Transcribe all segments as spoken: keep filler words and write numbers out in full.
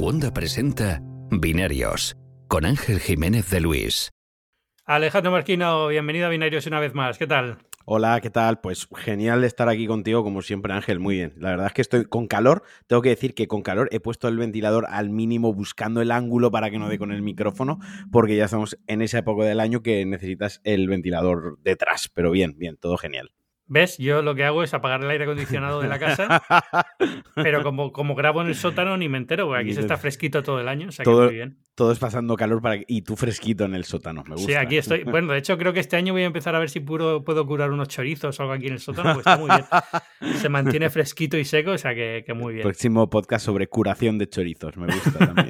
Segunda presenta Binarios, con Ángel Jiménez de Luis. Alejandro Marquino, bienvenido a Binarios una vez más. ¿Qué tal? Hola, ¿qué tal? Pues genial estar aquí contigo, como siempre, Ángel. Muy bien. La verdad es que estoy con calor. Tengo que decir que con calor he puesto el ventilador al mínimo buscando el ángulo para que no dé con el micrófono, porque ya estamos en esa época del año que necesitas el ventilador detrás. Pero bien, bien, todo genial. ¿Ves? Yo lo que hago es apagar el aire acondicionado de la casa, pero como, como grabo en el sótano ni me entero, porque aquí se está fresquito todo el año, o sea todo, que muy bien. Todo es pasando calor para y tú fresquito en el sótano, me gusta. Sí, aquí estoy. Bueno, de hecho creo que este año voy a empezar a ver si puro, puedo curar unos chorizos o algo aquí en el sótano, pues está muy bien. Se mantiene fresquito y seco, o sea que, que muy bien. Próximo podcast sobre curación de chorizos, me gusta también.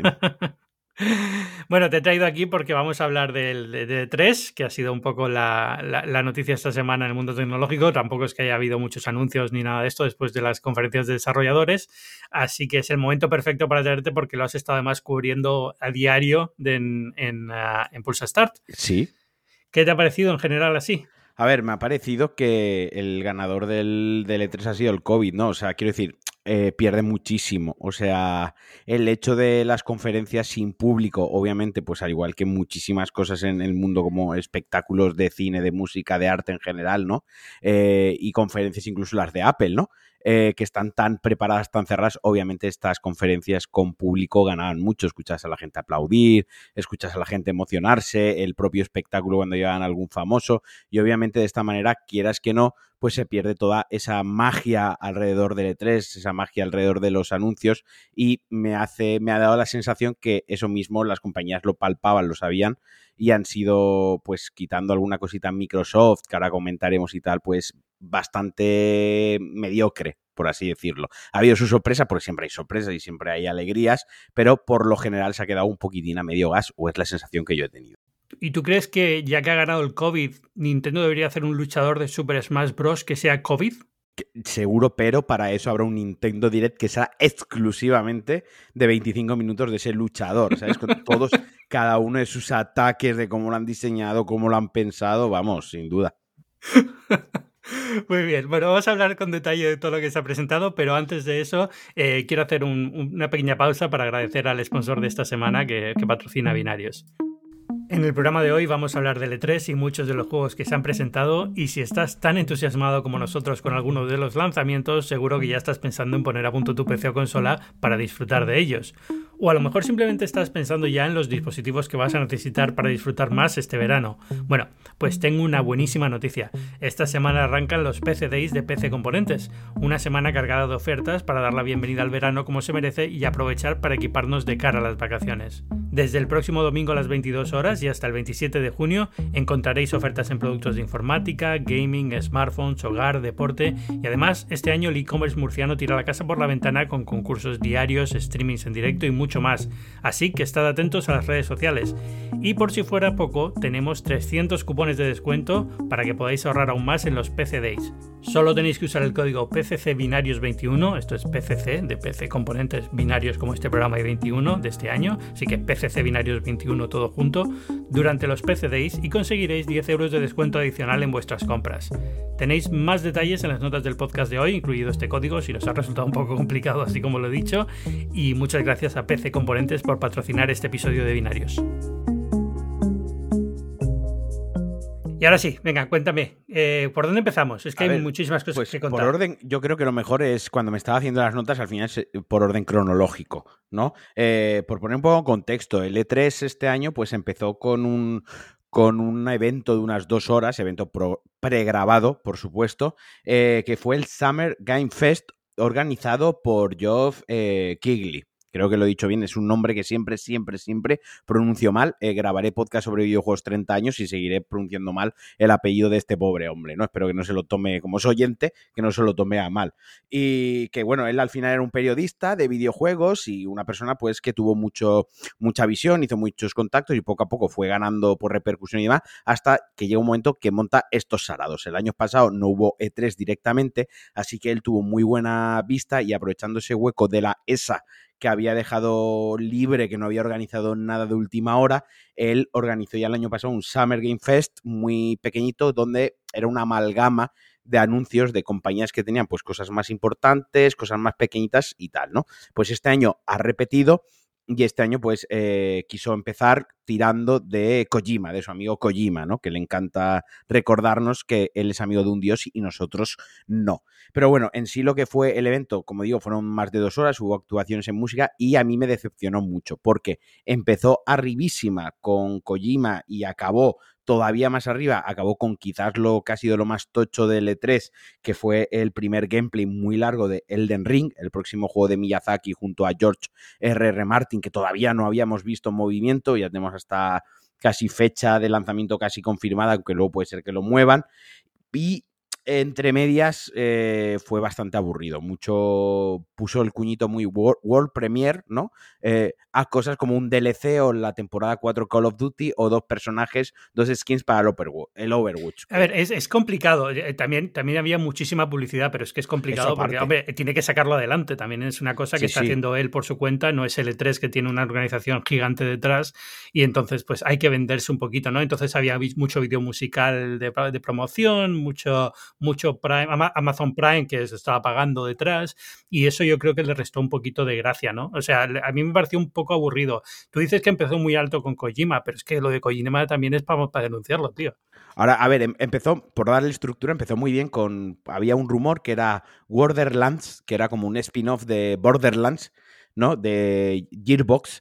Bueno, te he traído aquí porque vamos a hablar del de, de E tres, que ha sido un poco la, la, la noticia esta semana en el mundo tecnológico. Tampoco es que haya habido muchos anuncios ni nada de esto después de las conferencias de desarrolladores, así que es el momento perfecto para traerte porque lo has estado además cubriendo a diario de, en, en, uh, en Pulsa Start. Sí. ¿Qué te ha parecido en general así? A ver, me ha parecido que el ganador del, del E tres ha sido el COVID, ¿no? O sea, quiero decir, eh, pierde muchísimo. O sea, el hecho de las conferencias sin público, obviamente, pues al igual que muchísimas cosas en el mundo como espectáculos de cine, de música, de arte en general, ¿no? Eh, y conferencias incluso las de Apple, ¿no? Eh, que están tan preparadas, tan cerradas, obviamente estas conferencias con público ganaban mucho. Escuchas a la gente aplaudir, escuchas a la gente emocionarse, el propio espectáculo cuando llegan a algún famoso, y obviamente de esta manera, quieras que no, pues se pierde toda esa magia alrededor del E tres, esa magia alrededor de los anuncios, y me hace, me ha dado la sensación que eso mismo las compañías lo palpaban, lo sabían, y han sido, pues quitando alguna cosita en Microsoft, que ahora comentaremos y tal, pues bastante mediocre, por así decirlo. Ha habido su sorpresa, porque siempre hay sorpresas y siempre hay alegrías, pero por lo general se ha quedado un poquitín a medio gas, o es la sensación que yo he tenido. ¿Y tú crees que, ya que ha ganado el COVID, Nintendo debería hacer un luchador de Super Smash Bros. Que sea COVID? Seguro, pero para eso habrá un Nintendo Direct que será exclusivamente de veinticinco minutos de ese luchador, ¿sabes? Con todos, cada uno de sus ataques, de cómo lo han diseñado, cómo lo han pensado, vamos, sin duda. Muy bien, bueno, vamos a hablar con detalle de todo lo que se ha presentado, pero antes de eso eh, quiero hacer un, una pequeña pausa para agradecer al sponsor de esta semana que, que patrocina Binarios. En el programa de hoy vamos a hablar del E tres y muchos de los juegos que se han presentado, y si estás tan entusiasmado como nosotros con algunos de los lanzamientos, seguro que ya estás pensando en poner a punto tu P C o consola para disfrutar de ellos. O a lo mejor simplemente estás pensando ya en los dispositivos que vas a necesitar para disfrutar más este verano. Bueno, pues tengo una buenísima noticia. Esta semana arrancan los P C Days de P C Componentes, una semana cargada de ofertas para dar la bienvenida al verano como se merece y aprovechar para equiparnos de cara a las vacaciones. Desde el próximo domingo a las veintidós horas y hasta el veintisiete de junio encontraréis ofertas en productos de informática, gaming, smartphones, hogar, deporte, y además este año el e-commerce murciano tira la casa por la ventana con concursos diarios, streamings en directo y mucho más, así que estad atentos a las redes sociales. Y por si fuera poco, tenemos trescientos cupones de descuento para que podáis ahorrar aún más en los P C Days. Solo tenéis que usar el código P C C Binarios veintiuno, esto es P C C de P C Componentes Binarios como este programa de veintiuno de este año, así que P C C Binarios veintiuno todo junto, durante los P C Days, y conseguiréis diez euros de descuento adicional en vuestras compras. Tenéis más detalles en las notas del podcast de hoy, incluido este código, si nos ha resultado un poco complicado así como lo he dicho, y muchas gracias a P C Componentes por patrocinar este episodio de Binarios. Y ahora sí, venga, cuéntame, eh, ¿por dónde empezamos? Es que a hay ver, muchísimas cosas pues que contar. Por orden, yo creo que lo mejor es, cuando me estaba haciendo las notas, al final por orden cronológico, ¿no? Eh, por poner un poco en contexto, el E tres este año pues empezó con un... con un evento de unas dos horas, evento pro, pregrabado, por supuesto, eh, que fue el Summer Game Fest, organizado por Geoff eh, Keighley. Creo que lo he dicho bien, es un nombre que siempre, siempre, siempre pronuncio mal. Eh, grabaré podcast sobre videojuegos treinta años y seguiré pronunciando mal el apellido de este pobre hombre, ¿no? Espero que no se lo tome, como es oyente, que no se lo tome a mal. Y que, bueno, él al final era un periodista de videojuegos y una persona, pues, que tuvo mucho, mucha visión, hizo muchos contactos y poco a poco fue ganando por repercusión y demás, hasta que llega un momento que monta estos sarados. El año pasado no hubo E tres directamente, así que él tuvo muy buena vista y, aprovechando ese hueco de la E S A que había dejado libre, que no había organizado nada de última hora, él organizó ya el año pasado un Summer Game Fest muy pequeñito, donde era una amalgama de anuncios de compañías que tenían pues cosas más importantes, cosas más pequeñitas y tal, ¿no? Pues este año ha repetido y este año pues eh, quiso empezar tirando de Kojima, de su amigo Kojima, ¿no? Que le encanta recordarnos que él es amigo de un dios y nosotros no. Pero bueno, en sí lo que fue el evento, como digo, fueron más de dos horas, hubo actuaciones en música y a mí me decepcionó mucho porque empezó arribísima con Kojima y acabó todavía más arriba, acabó con quizás lo que ha sido lo más tocho del E tres, que fue el primer gameplay muy largo de Elden Ring, el próximo juego de Miyazaki junto a George R R. Martin, que todavía no habíamos visto en movimiento, ya tenemos hasta casi fecha de lanzamiento casi confirmada, aunque luego puede ser que lo muevan, y entre medias eh, fue bastante aburrido, mucho puso el cuñito muy World, World Premiere, ¿no? Eh, a cosas como un D L C o la temporada cuatro Call of Duty o dos personajes, dos skins para el Overwatch. El Overwatch. A ver, es, es complicado, también, también había muchísima publicidad, pero es que es complicado porque, hombre, tiene que sacarlo adelante, también es una cosa que sí, está sí. haciendo él por su cuenta, no es el E tres que tiene una organización gigante detrás y entonces pues hay que venderse un poquito, ¿no? Entonces había mucho vídeo musical de, de promoción, mucho mucho Prime, Amazon Prime que se estaba pagando detrás y eso yo creo que le restó un poquito de gracia, ¿no? O sea, a mí me pareció un poco aburrido. Tú dices que empezó muy alto con Kojima, pero es que lo de Kojima también es para, para denunciarlo, tío. Ahora, a ver, empezó, por darle estructura, empezó muy bien con, había un rumor que era Borderlands, que era como un spin-off de Borderlands, ¿no? De Gearbox.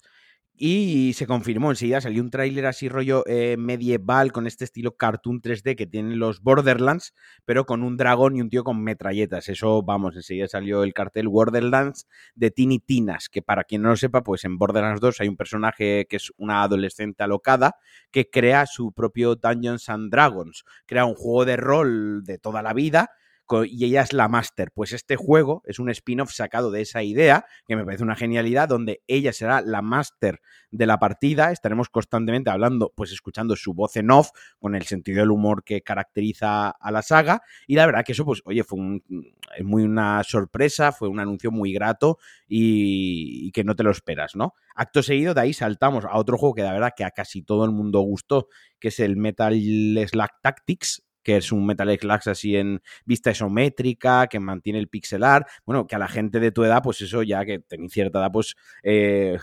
Y se confirmó enseguida, salió un tráiler así rollo eh, medieval con este estilo cartoon tres D que tienen los Borderlands, pero con un dragón y un tío con metralletas. Eso, vamos, enseguida salió el cartel Borderlands de Tiny Tinas, que para quien no lo sepa, pues en Borderlands dos hay un personaje que es una adolescente alocada que crea su propio Dungeons and Dragons, crea un juego de rol de toda la vida y ella es la máster. Pues este juego es un spin-off sacado de esa idea, que me parece una genialidad, donde ella será la máster de la partida, estaremos constantemente hablando, pues escuchando su voz en off, con el sentido del humor que caracteriza a la saga, y la verdad que eso, pues, oye, fue un, muy una sorpresa, fue un anuncio muy grato y, y que no te lo esperas, ¿no? Acto seguido, de ahí saltamos a otro juego que la verdad que a casi todo el mundo gustó, que es el Metal Slug Tactics, que es un Metal Slug así en vista isométrica, que mantiene el pixel art. Bueno, que a la gente de tu edad, pues eso ya que tenéis cierta edad, pues eh...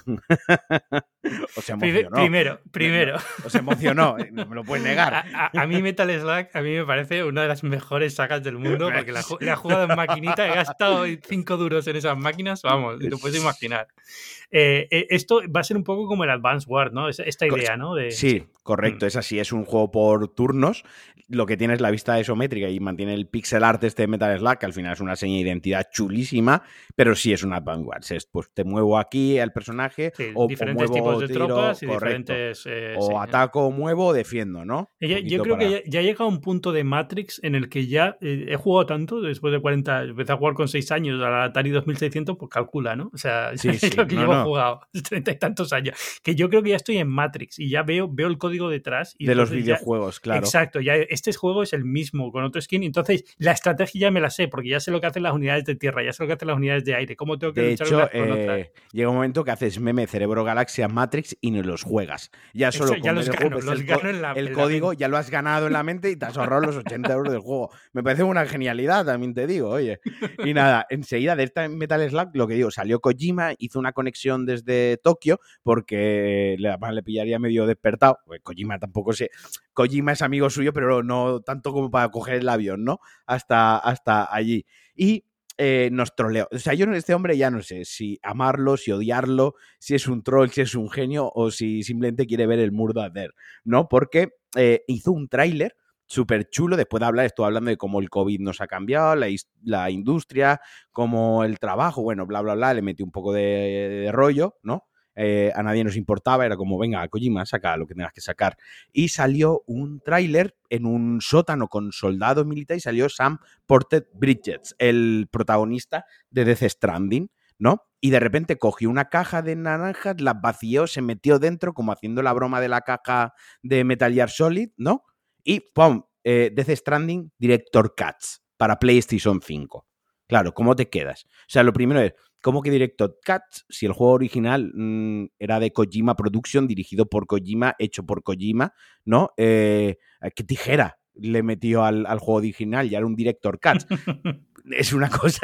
os emocionó. Primero, primero. Os emocionó, no me lo puedes negar. A, a, a mí Metal Slug, a mí me parece una de las mejores sagas del mundo, porque la, la he jugado en maquinita, he gastado cinco duros en esas máquinas, vamos, te lo puedes imaginar. Eh, eh, esto va a ser un poco como el Advance Wars, ¿no? Esta idea, ¿no? De... Sí, correcto, mm. es así, es un juego por turnos, lo que tiene es la vista isométrica y mantiene el pixel art este de Metal Slug, que al final es una seña de identidad chulísima, pero sí es un Advance Wars, es, pues te muevo aquí al personaje, sí, o, diferentes o muevo, tipos de tiro, tropas y correcto, diferentes... Eh, o sí, ataco, ¿eh? Muevo, o defiendo, ¿no? Yo, yo creo para... que ya, ya ha llegado a un punto de Matrix en el que ya eh, he jugado tanto, después de cuarenta, empecé a jugar con seis años a la Atari dos mil seiscientos, pues calcula, ¿no? O sea, sí, es sí, lo que no, llevo no. jugado, treinta y tantos años, que yo creo que ya estoy en Matrix y ya veo, veo el código detrás. Y de los videojuegos, ya, claro. Exacto, ya este juego es el mismo, con otro skin, entonces la estrategia ya me la sé, porque ya sé lo que hacen las unidades de tierra, ya sé lo que hacen las unidades de aire, cómo tengo que de luchar hecho, unas con eh, otras. Llega un momento que haces meme Cerebro Galaxia Matrix y no los juegas. Ya solo Eso, ya los gano, el, los el, gano en la, el en código la ya lo has ganado en la mente y te has ahorrado los ochenta euros del juego. Me parece una genialidad, también te digo, oye. Y nada, enseguida de esta Metal Slug, lo que digo, salió Kojima, hizo una conexión desde Tokio porque le, le pillaría medio despertado. Pues Kojima tampoco sé. Kojima es amigo suyo, pero no tanto como para coger el avión, ¿no? Hasta, hasta allí. Y Eh, nos troleó. O sea, yo en este hombre ya no sé si amarlo, si odiarlo, si es un troll, si es un genio o si simplemente quiere ver el mundo arder, ¿no? Porque eh, hizo un tráiler súper chulo, después de hablar, estuvo hablando de cómo el COVID nos ha cambiado, la, la industria, cómo el trabajo, bueno, bla, bla, bla, le metí un poco de, de rollo, ¿no? Eh, a nadie nos importaba, era como, venga, Kojima, saca lo que tengas que sacar. Y salió un tráiler en un sótano con soldados militares y salió Sam Porter Bridges, el protagonista de Death Stranding, ¿no? Y de repente cogió una caja de naranjas, las vació, se metió dentro, como haciendo la broma de la caja de Metal Gear Solid, ¿no? Y ¡pum! Eh, Death Stranding Director Cuts para PlayStation cinco. Claro, ¿cómo te quedas? O sea, lo primero es, ¿cómo que Director Cuts? Si el juego original mmm, era de Kojima Production, dirigido por Kojima, hecho por Kojima, ¿no? Eh, ¿Qué tijera le metió al, al juego original? Ya era un Director Cuts. Es una cosa que,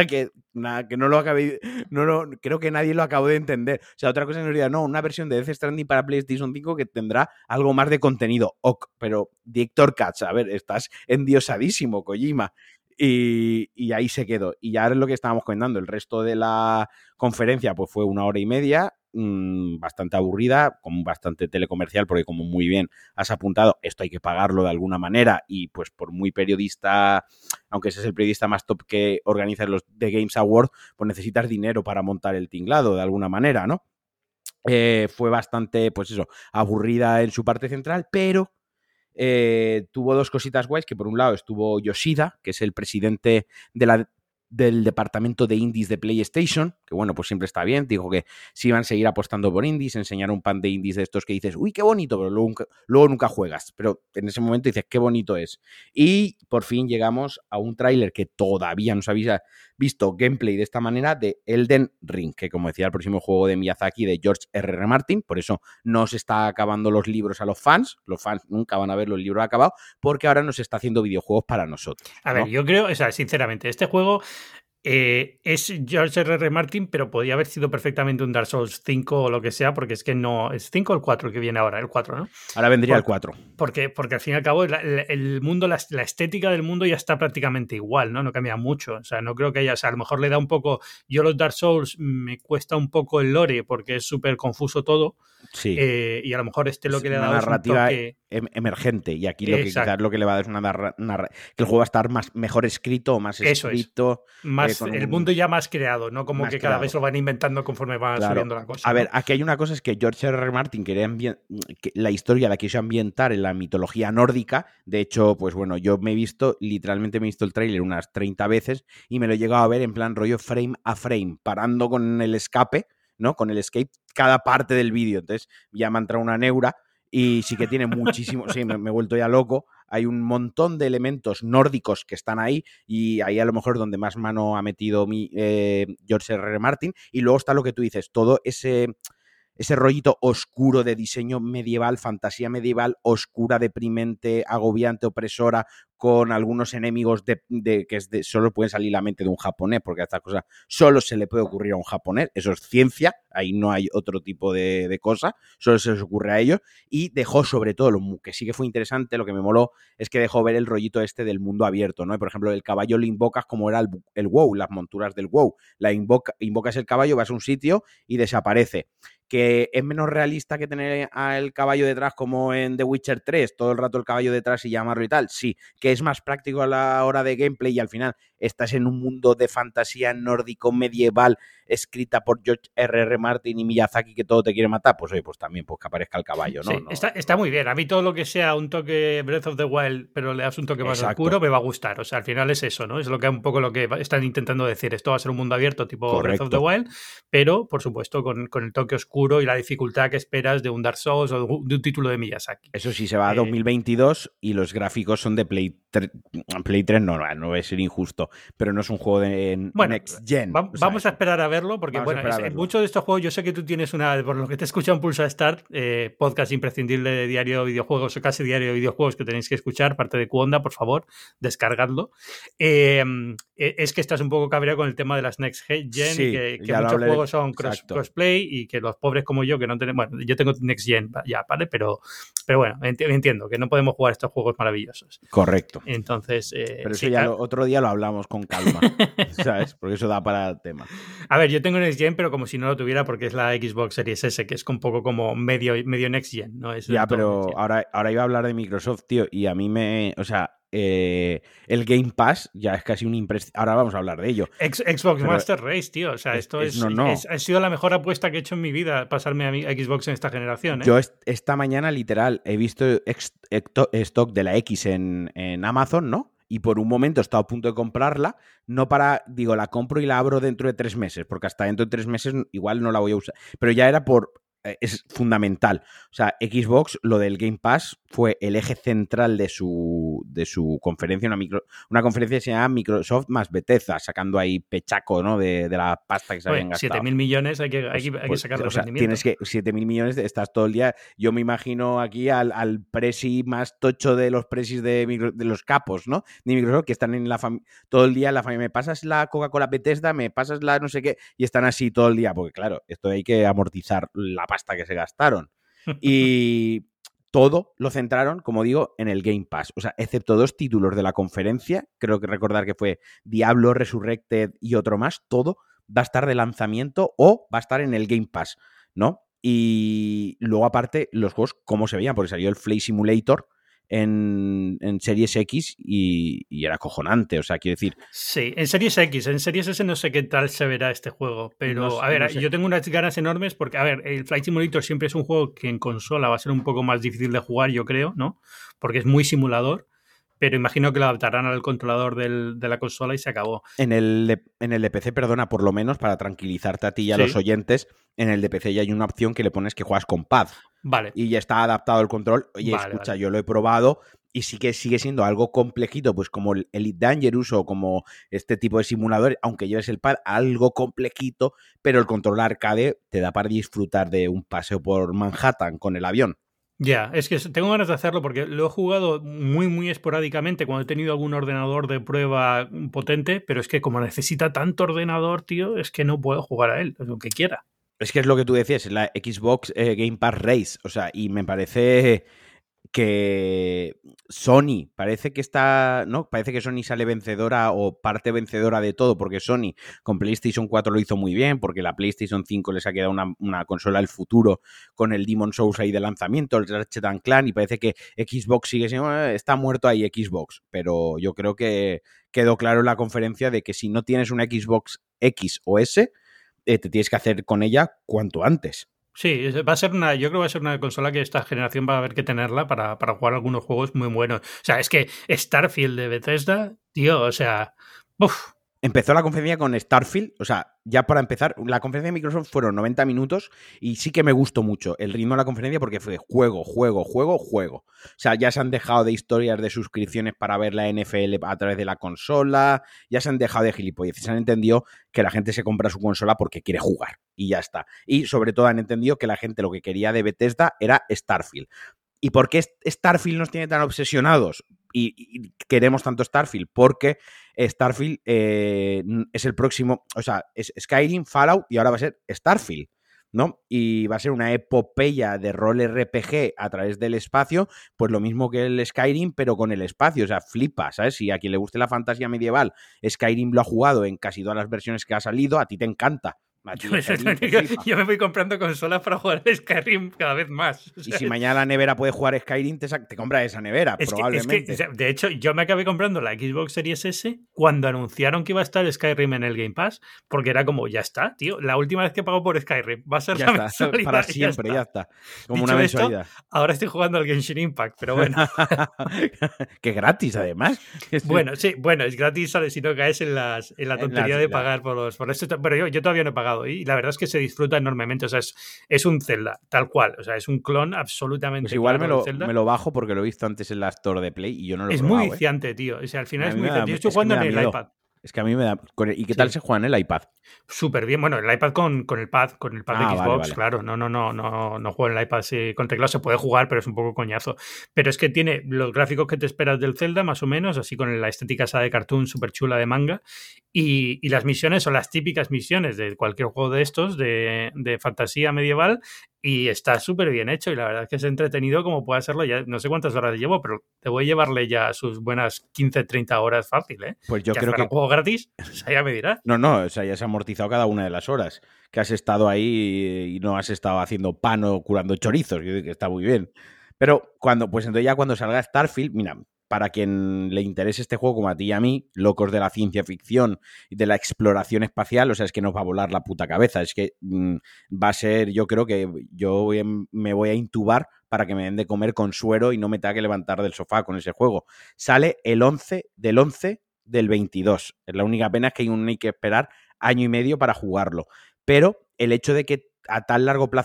nada, que no lo acabé, no lo, creo que nadie lo acabó de entender. O sea, otra cosa nos diría, no, una versión de Death Stranding para PlayStation cinco que tendrá algo más de contenido. Ok, pero Director Cuts, a ver, estás endiosadísimo, Kojima. Y, y ahí se quedó. Y ya es lo que estábamos comentando. El resto de la conferencia pues fue una hora y media, mmm, bastante aburrida, con bastante telecomercial, porque como muy bien has apuntado, esto hay que pagarlo de alguna manera y pues por muy periodista, aunque ese es el periodista más top que organiza los The Games Awards, pues necesitas dinero para montar el tinglado de alguna manera, ¿no? Eh, fue bastante, pues eso, aburrida en su parte central, pero Eh, tuvo dos cositas guays, que por un lado estuvo Yoshida, que es el presidente de la, del departamento de indies de PlayStation, que bueno, pues siempre está bien, dijo que si iban a seguir apostando por indies, enseñar un pan de indies de estos que dices, uy, qué bonito, pero luego, luego nunca juegas, pero en ese momento dices, qué bonito es. Y por fin llegamos a un tráiler que todavía no se había visto gameplay de esta manera de Elden Ring, que como decía, el próximo juego de Miyazaki de George R R. Martin, por eso no se está acabando los libros a los fans, los fans nunca van a ver los libros acabados, porque ahora nos está haciendo videojuegos para nosotros, ¿no? A ver, yo creo, o sea, sinceramente, este juego Eh, es George R R. Martin, pero podía haber sido perfectamente un Dark Souls cinco o lo que sea, porque es que no... ¿Es cinco o el cuatro que viene ahora? El cuatro, ¿no? Ahora vendría Por, el cuatro. Porque, porque al fin y al cabo la, el, el mundo, la, la estética del mundo ya está prácticamente igual, ¿no? No cambia mucho. O sea, no creo que haya... O sea, a lo mejor le da un poco... Yo los Dark Souls me cuesta un poco el lore porque es súper confuso todo. Sí. Eh, y a lo mejor este lo es que le ha dado narrativa es un toque... emergente, y aquí lo que, quizás lo que le va a dar es una narra... narra... que el juego va a estar más, mejor escrito, más Eso escrito. Es. Más, eh, el un... mundo ya más creado, no como que cada creado. Vez lo van inventando conforme va claro. Subiendo la cosa. A ¿no? ver, aquí hay una cosa, es que George R R. Martin quería ambient... que la historia la quiso ambientar en la mitología nórdica. De hecho, pues bueno, yo me he visto, literalmente me he visto el tráiler unas treinta veces y me lo he llegado a ver en plan rollo frame a frame, parando con el escape, ¿no? Con el escape cada parte del vídeo. Entonces ya me ha entrado una neura y sí que tiene muchísimo, sí, me, me he vuelto ya loco. Hay un montón de elementos nórdicos que están ahí y ahí a lo mejor donde más mano ha metido mi, eh, George R R. Martin. Y luego está lo que tú dices, todo ese... ese rollito oscuro de diseño medieval, fantasía medieval, oscura, deprimente, agobiante, opresora, con algunos enemigos de, de, que es de, solo pueden salir la mente de un japonés, porque a esta cosa solo se le puede ocurrir a un japonés, eso es ciencia, ahí no hay otro tipo de, de cosa, solo se les ocurre a ellos, y dejó sobre todo, lo que sí que fue interesante, lo que me moló, es que dejó ver el rollito este del mundo abierto, ¿no? Por ejemplo, el caballo lo invocas como era el, el WoW, las monturas del WoW, la invoca, invocas el caballo, vas a un sitio y desaparece. Que es menos realista que tener al caballo detrás como en The Witcher tres, todo el rato el caballo detrás y llamarlo y tal, sí, que es más práctico a la hora de gameplay y al final estás en un mundo de fantasía nórdico medieval escrita por George R R. Martin y Miyazaki que todo te quiere matar, pues oye, pues también pues que aparezca el caballo, ¿no? Sí, no está, está muy bien, a mí todo lo que sea un toque Breath of the Wild, pero le das un toque más Exacto. oscuro, me va a gustar, o sea, al final es eso, ¿no? Es lo que un poco lo que están intentando decir, esto va a ser un mundo abierto tipo Correcto. Breath of the Wild, pero por supuesto con, con el toque oscuro y la dificultad que esperas de un Dark Souls o de un, de un título de Miyazaki. Eso sí, se va a eh, dos mil veintidós y los gráficos son de Play tres, Play tres no, no, no voy a ser injusto, pero no es un juego de bueno, Next Gen. Va, o sea, vamos a esperar a verlo, porque bueno, es, en muchos de estos juegos yo sé que tú tienes una, por lo que te escucha un Pulsa Start, eh, podcast imprescindible de diario de videojuegos o casi diario de videojuegos que tenéis que escuchar, parte de Cuonda, por favor, descargadlo. Eh, es que estás un poco cabreado con el tema de las Next Gen, sí, y que, que muchos juegos son cross, crossplay y que los pobres como yo, que no tenemos, bueno, yo tengo Next Gen ya, ¿vale? Pero, pero bueno, entiendo que no podemos jugar estos juegos maravillosos. Correcto. Entonces... Eh, pero eso sí, ya lo, otro día lo hablamos con calma, ¿sabes? Porque eso da para el tema. A ver, yo tengo Next Gen, pero como si no lo tuviera porque es la Xbox Series S, que es un poco como medio, medio Next Gen, ¿no? Es ya, pero ahora, ahora iba a hablar de Microsoft, tío, y a mí me... O sea, eh, el Game Pass ya es casi un imprescindible. Ahora vamos a hablar de ello. Ex Xbox pero Master Race, tío. O sea, es, esto es, es, no, no. es ha sido la mejor apuesta que he hecho en mi vida, pasarme a, mi, a Xbox en esta generación. ¿eh? Yo est esta mañana, literal, he visto ex stock de la X en, en Amazon, ¿no? Y por un momento he estado a punto de comprarla, no para, digo, la compro y la abro dentro de tres meses, porque hasta dentro de tres meses igual no la voy a usar. Pero ya era por... es fundamental. O sea, Xbox, lo del Game Pass fue el eje central de su, su, de su conferencia, una, micro, una conferencia que se llama Microsoft más Bethesda, sacando ahí pechaco, ¿no? De, de la pasta que se Oye, habían gastado. siete mil millones hay que, Pues, hay que, hay pues, que sacarle o sea, rendimiento. tienes que, siete mil millones, estás todo el día. Yo me imagino aquí al, al presi más tocho de los presis de, micro, de los capos, ¿no? De Microsoft, que están en la fam- todo el día en la familia. Me pasas la Coca-Cola Bethesda, me pasas la no sé qué, y están así todo el día, porque claro, esto hay que amortizar la pasta que se gastaron. Y todo lo centraron, como digo, en el Game Pass. O sea, excepto dos títulos de la conferencia, creo que recordar que fue Diablo Resurrected y otro más, todo va a estar de lanzamiento o va a estar en el Game Pass, ¿no? Y luego, aparte, los juegos, cómo se veían, porque salió el Flight Simulator en, en Series X y, y era acojonante, o sea, quiero decir... Sí, en Series X, en Series S no sé qué tal se verá este juego, pero No, a ver, no sé. yo tengo unas ganas enormes porque, a ver, el Flight Simulator siempre es un juego que en consola va a ser un poco más difícil de jugar, yo creo, ¿no? Porque es muy simulador, pero imagino que lo adaptarán al controlador del, de la consola y se acabó. En el, de, en el de P C, perdona, por lo menos, para tranquilizarte a ti y a Sí. los oyentes, en el de P C ya hay una opción que le pones que juegas con pad. Vale. Y ya está adaptado el control. Oye, Vale, escucha, vale. yo lo he probado y sí que sigue siendo algo complejito, pues como el Elite Dangerous o como este tipo de simuladores, aunque lleves el pad, algo complejito, pero el control arcade te da para disfrutar de un paseo por Manhattan con el avión. Ya, es que tengo ganas de hacerlo porque lo he jugado muy, muy esporádicamente cuando he tenido algún ordenador de prueba potente, pero es que como necesita tanto ordenador, tío, es que no puedo jugar a él, lo que quiera. Es que es lo que tú decías, es la Xbox eh, Game Pass Race, o sea, y me parece que Sony parece que está, ¿no? Parece que Sony sale vencedora o parte vencedora de todo, porque Sony con PlayStation cuatro lo hizo muy bien, porque la PlayStation cinco les ha quedado una, una consola del futuro con el Demon's Souls ahí de lanzamiento, el Ratchet and Clank, y parece que Xbox sigue siendo, eh, está muerto ahí Xbox, pero yo creo que quedó claro en la conferencia de que si no tienes una Xbox X o S, eh, te tienes que hacer con ella cuanto antes. Sí, va a ser una, yo creo que va a ser una consola que esta generación va a haber que tenerla para, para jugar algunos juegos muy buenos. O sea, es que Starfield de Bethesda, tío, o sea, uff. Empezó la conferencia con Starfield, o sea, ya para empezar, la conferencia de Microsoft fueron noventa minutos y sí que me gustó mucho el ritmo de la conferencia porque fue juego, juego, juego, juego. O sea, ya se han dejado de historias de suscripciones para ver la N F L a través de la consola, ya se han dejado de gilipolleces, se han entendido que la gente se compra su consola porque quiere jugar y ya está. Y sobre todo han entendido que la gente lo que quería de Bethesda era Starfield. ¿Y por qué Starfield nos tiene tan obsesionados? Y, y queremos tanto Starfield, porque Starfield eh, es el próximo, o sea, es Skyrim, Fallout y ahora va a ser Starfield, ¿no? Y va a ser una epopeya de rol R P G a través del espacio, pues lo mismo que el Skyrim, pero con el espacio, o sea, flipa, ¿sabes? Si a quien le guste la fantasía medieval, Skyrim lo ha jugado en casi todas las versiones que ha salido, a ti te encanta. Yo, yo me voy comprando consolas para jugar Skyrim cada vez más. O sea, y si mañana la nevera puede jugar Skyrim, te, te compras esa nevera, es probablemente. Que, es que, de hecho, yo me acabé comprando la Xbox Series S cuando anunciaron que iba a estar Skyrim en el Game Pass, porque era como, ya está, tío, la última vez que pago por Skyrim va a ser ya la está, mensualidad, para siempre, ya está. Ya está. Como Dicho una mensualidad. Esto, ahora estoy jugando al Genshin Impact, pero bueno. Que gratis, además. Bueno, sí, bueno, es gratis si no caes en, las, en la tontería en las, de pagar la... por los por esto, pero yo, yo todavía no he pagado y la verdad es que se disfruta enormemente, o sea, es, es un Zelda, tal cual, o sea, es un clon absolutamente pues igual claro me lo, Zelda. me lo bajo porque lo he visto antes en la Store de Play y yo no lo he es probado. Es muy viciante, ¿eh? Tío, o sea, al final es muy da, viciante. Yo estoy jugando en el miedo. iPad. Es que a mí me da... ¿Y qué tal sí. se juega en el iPad? Súper bien. Bueno, el iPad con, con el pad, con el pad ah, de Xbox, vale, vale. Claro. No, no, no, no, no juego en el iPad sí, con teclado. Se puede jugar, pero es un poco coñazo. Pero es que tiene los gráficos que te esperas del Zelda, más o menos, así con la estética esa de cartoon súper chula de manga. Y, y las misiones son las típicas misiones de cualquier juego de estos, de, de fantasía medieval. Y está súper bien hecho y la verdad es que es entretenido como puede serlo. Ya no sé cuántas horas llevo, pero te voy a llevarle ya sus buenas quince, treinta horas fácil, ¿eh? Pues yo que creo que... un juego gratis, o sea, ya me dirás. No, no, o sea, ya se ha amortizado cada una de las horas que has estado ahí y no has estado haciendo pan o curando chorizos, que está muy bien. Pero cuando, pues entonces ya cuando salga Starfield, mira, para quien le interese este juego como a ti y a mí, locos de la ciencia ficción y de la exploración espacial, o sea, es que nos va a volar la puta cabeza. Es que mmm, va a ser, yo creo que yo voy a, me voy a intubar para que me den de comer con suero y no me tenga que levantar del sofá con ese juego. Sale el once del once del veintidós. Es la única pena es que hay que esperar año y medio para jugarlo. Pero el hecho de que a tan largo plazo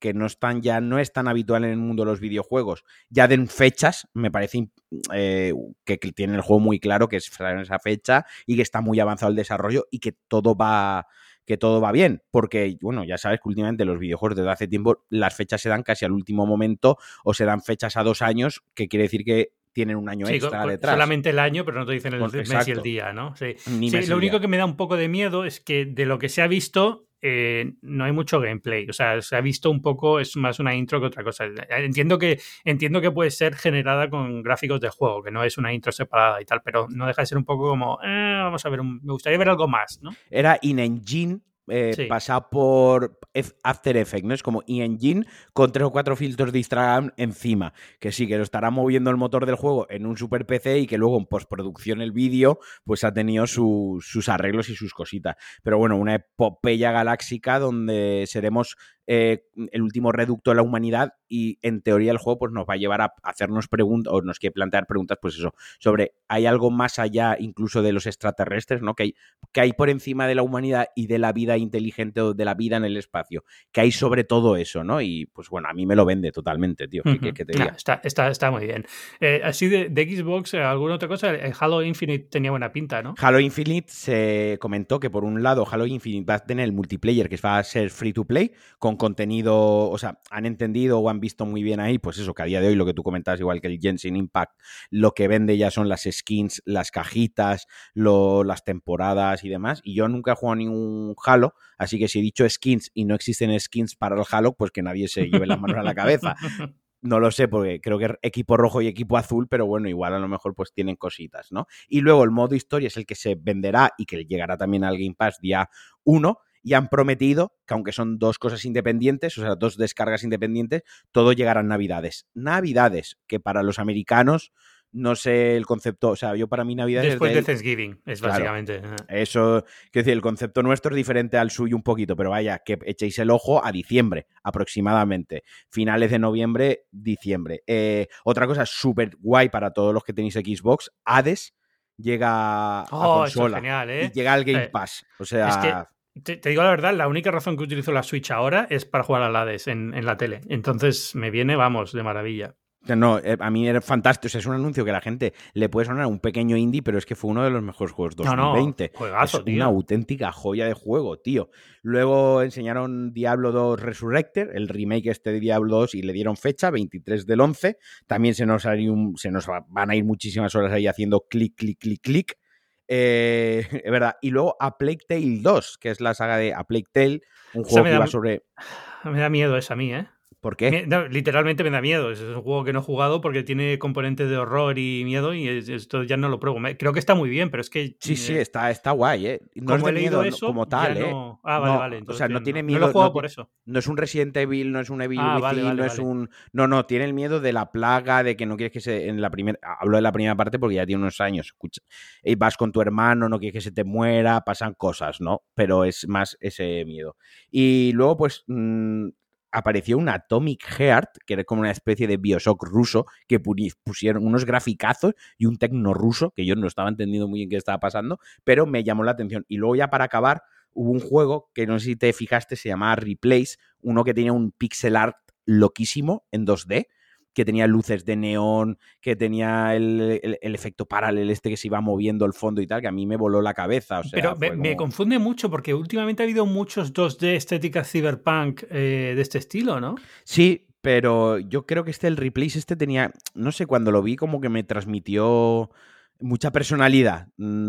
que no están ya no es tan habitual en el mundo de los videojuegos, ya den fechas, me parece eh, que, que tienen el juego muy claro que es en esa fecha y que está muy avanzado el desarrollo y que todo va que todo va bien, porque, bueno, ya sabes que últimamente los videojuegos desde hace tiempo las fechas se dan casi al último momento o se dan fechas a dos años, que quiere decir que tienen un año sí, extra con, detrás. Solamente el año, pero no te dicen el Con, mes exacto. y el día, ¿no? Sí, Ni sí mes lo y único día. que me da un poco de miedo es que de lo que se ha visto eh, no hay mucho gameplay. O sea, se ha visto un poco, es más una intro que otra cosa. Entiendo que, entiendo que puede ser generada con gráficos de juego, que no es una intro separada y tal, pero no deja de ser un poco como, eh, vamos a ver, un, me gustaría ver algo más, ¿no? Era in-engine. Eh, sí. Pasado por After Effects, ¿no? Es como in-engine con tres o cuatro filtros de Instagram encima, que sí, que lo estará moviendo el motor del juego en un super P C y que luego en postproducción el vídeo pues ha tenido su, sus arreglos y sus cositas. Pero bueno, una epopeya galáctica donde seremos eh, el último reducto de la humanidad y en teoría el juego pues nos va a llevar a hacernos preguntas o nos quiere plantear preguntas pues eso, sobre hay algo más allá incluso de los extraterrestres, ¿no? Que hay, que hay por encima de la humanidad y de la vida inteligente o de la vida en el espacio, que hay sobre todo eso, ¿no? Y pues bueno, a mí me lo vende totalmente, tío. ¿Qué, uh-huh. qué te diga? No, está, está, está muy bien. Eh, así de, de Xbox, ¿alguna otra cosa? El Halo Infinite tenía buena pinta, ¿no? Halo Infinite se comentó que por un lado Halo Infinite va a tener el multiplayer que va a ser free to play con contenido, o sea, han entendido o han visto muy bien ahí, pues eso, que a día de hoy lo que tú comentabas, igual que el Genshin Impact, lo que vende ya son las skins, las cajitas, lo, las temporadas y demás, y yo nunca he jugado ningún Halo, así que si he dicho skins y no existen skins para el Halo, pues que nadie se lleve las manos a la cabeza. No lo sé, porque creo que equipo rojo y equipo azul, pero bueno, igual a lo mejor pues tienen cositas, ¿no? Y luego el modo historia es el que se venderá y que llegará también al Game Pass día uno, y han prometido que aunque son dos cosas independientes, o sea, dos descargas independientes, todo llegará en Navidades. Navidades, que para los americanos, no sé el concepto, o sea, yo para mí Navidades... Después es de, de Thanksgiving, es claro, básicamente. Eso, quiero decir, el concepto nuestro es diferente al suyo un poquito, pero vaya, que echéis el ojo a diciembre, aproximadamente. Finales de noviembre, diciembre. Eh, otra cosa súper guay para todos los que tenéis Xbox, Hades llega oh, a consola. Eso es genial, ¿eh? Y llega al Game Pass. O sea... Es que... Te, te digo la verdad, la única razón que utilizo la Switch ahora es para jugar al Hades en, en la tele. Entonces me viene, vamos, de maravilla. No, a mí era fantástico. O sea, es un anuncio que a la gente le puede sonar un pequeño indie, pero es que fue uno de los mejores juegos dos mil veinte. No, no, juegazo, es tío. Una auténtica joya de juego, tío. Luego enseñaron Diablo dos Resurrected, el remake este de Diablo dos, y le dieron fecha, veintitrés del once. También se nos, un, se nos van a ir muchísimas horas ahí haciendo clic, clic, clic, clic. Eh, es verdad. Y luego A Plague Tale dos, que es la saga de A Plague Tale, un juego que da, va sobre... Me da miedo esa a mí, ¿eh? ¿Por qué? Me, no, literalmente me da miedo. Es un juego que no he jugado porque tiene componentes de horror y miedo y esto ya no lo pruebo. Creo que está muy bien, pero es que... Sí, sí, está, está guay, ¿eh? No es de miedo eso, como tal, ¿eh? No... Ah, vale, no, vale. Entonces, o sea, no tiene no, miedo... No lo he jugado no, por eso. No es un Resident Evil, no es un Evil ah, Within, vale, vale, no vale. es un... No, no, tiene el miedo de la plaga, de que no quieres que se... En la primera... Hablo de la primera parte porque ya tiene unos años. Escucha, y vas con tu hermano, no quieres que se te muera, pasan cosas, ¿no? Pero es más ese miedo. Y luego, pues... Mmm, apareció un Atomic Heart, que era como una especie de Bioshock ruso, que pusieron unos graficazos y un tecno ruso, que yo no estaba entendiendo muy bien qué estaba pasando, pero me llamó la atención. Y luego ya para acabar, hubo un juego que no sé si te fijaste, se llamaba Replace, uno que tenía un pixel art loquísimo en dos D, que tenía luces de neón, que tenía el, el, el efecto paralel este que se iba moviendo el fondo y tal, que a mí me voló la cabeza. O sea, pero me, como... me confunde mucho porque últimamente ha habido muchos dos D estéticas cyberpunk eh, de este estilo, ¿no? Sí, pero yo creo que este, el Replace este tenía, no sé, cuando lo vi como que me transmitió mucha personalidad.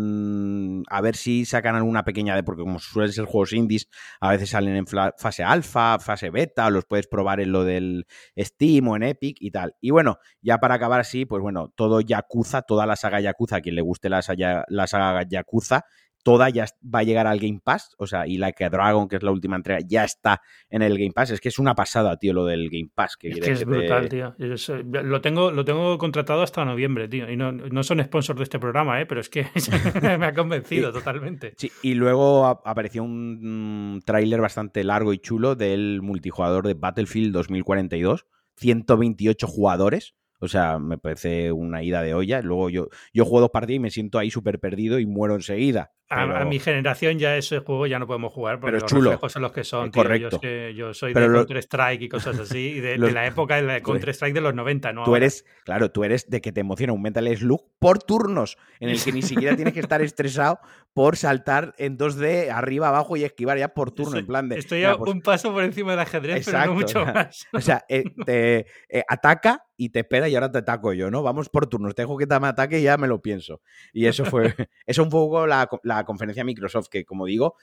Mm, a ver si sacan alguna pequeña de, porque como suelen ser juegos indies, a veces salen en fase alfa, fase beta, o los puedes probar en lo del Steam o en Epic y tal. Y bueno, ya para acabar así, pues bueno, todo Yakuza, toda la saga Yakuza, a quien le guste la saga, la saga Yakuza, toda ya va a llegar al Game Pass, o sea, y Like a Dragon, que es la última entrega, ya está en el Game Pass. Es que es una pasada, tío, lo del Game Pass. Que es que es que brutal, te... tío. Es, lo, tengo, lo tengo contratado hasta noviembre, tío. Y no, no son sponsors de este programa, ¿eh? Pero es que me ha convencido y, totalmente. Sí, y luego a, apareció un, un tráiler bastante largo y chulo del multijugador de Battlefield dos mil cuarenta y dos. ciento veintiocho jugadores. O sea, me parece una ida de olla. Luego yo, yo juego dos partidas y me siento ahí súper perdido y muero enseguida. A, a mi generación ya ese juego ya no podemos jugar porque pero es los chulo. reflejos son los que son, Eh, tío. correcto. Yo, es que yo soy Pero de lo- Counter-Strike y cosas así, y de, Los- de la época de la tú- Counter-Strike de los noventa, ¿no? Tú ahora. eres, claro, tú eres de que te emociona un Metal Slug por turnos, en el que ni siquiera tienes que estar estresado por saltar en dos D arriba, abajo y esquivar ya por turno, Estoy- en plan de... Estoy mira, a pues, un paso por encima del ajedrez, pero exacto, no mucho o sea, más. O sea, eh, te eh, ataca y te espera y ahora te ataco yo, ¿no? Vamos por turnos, te dejo que te me ataque y ya me lo pienso. Y eso fue, eso un poco la, la conferencia de Microsoft, que como digo,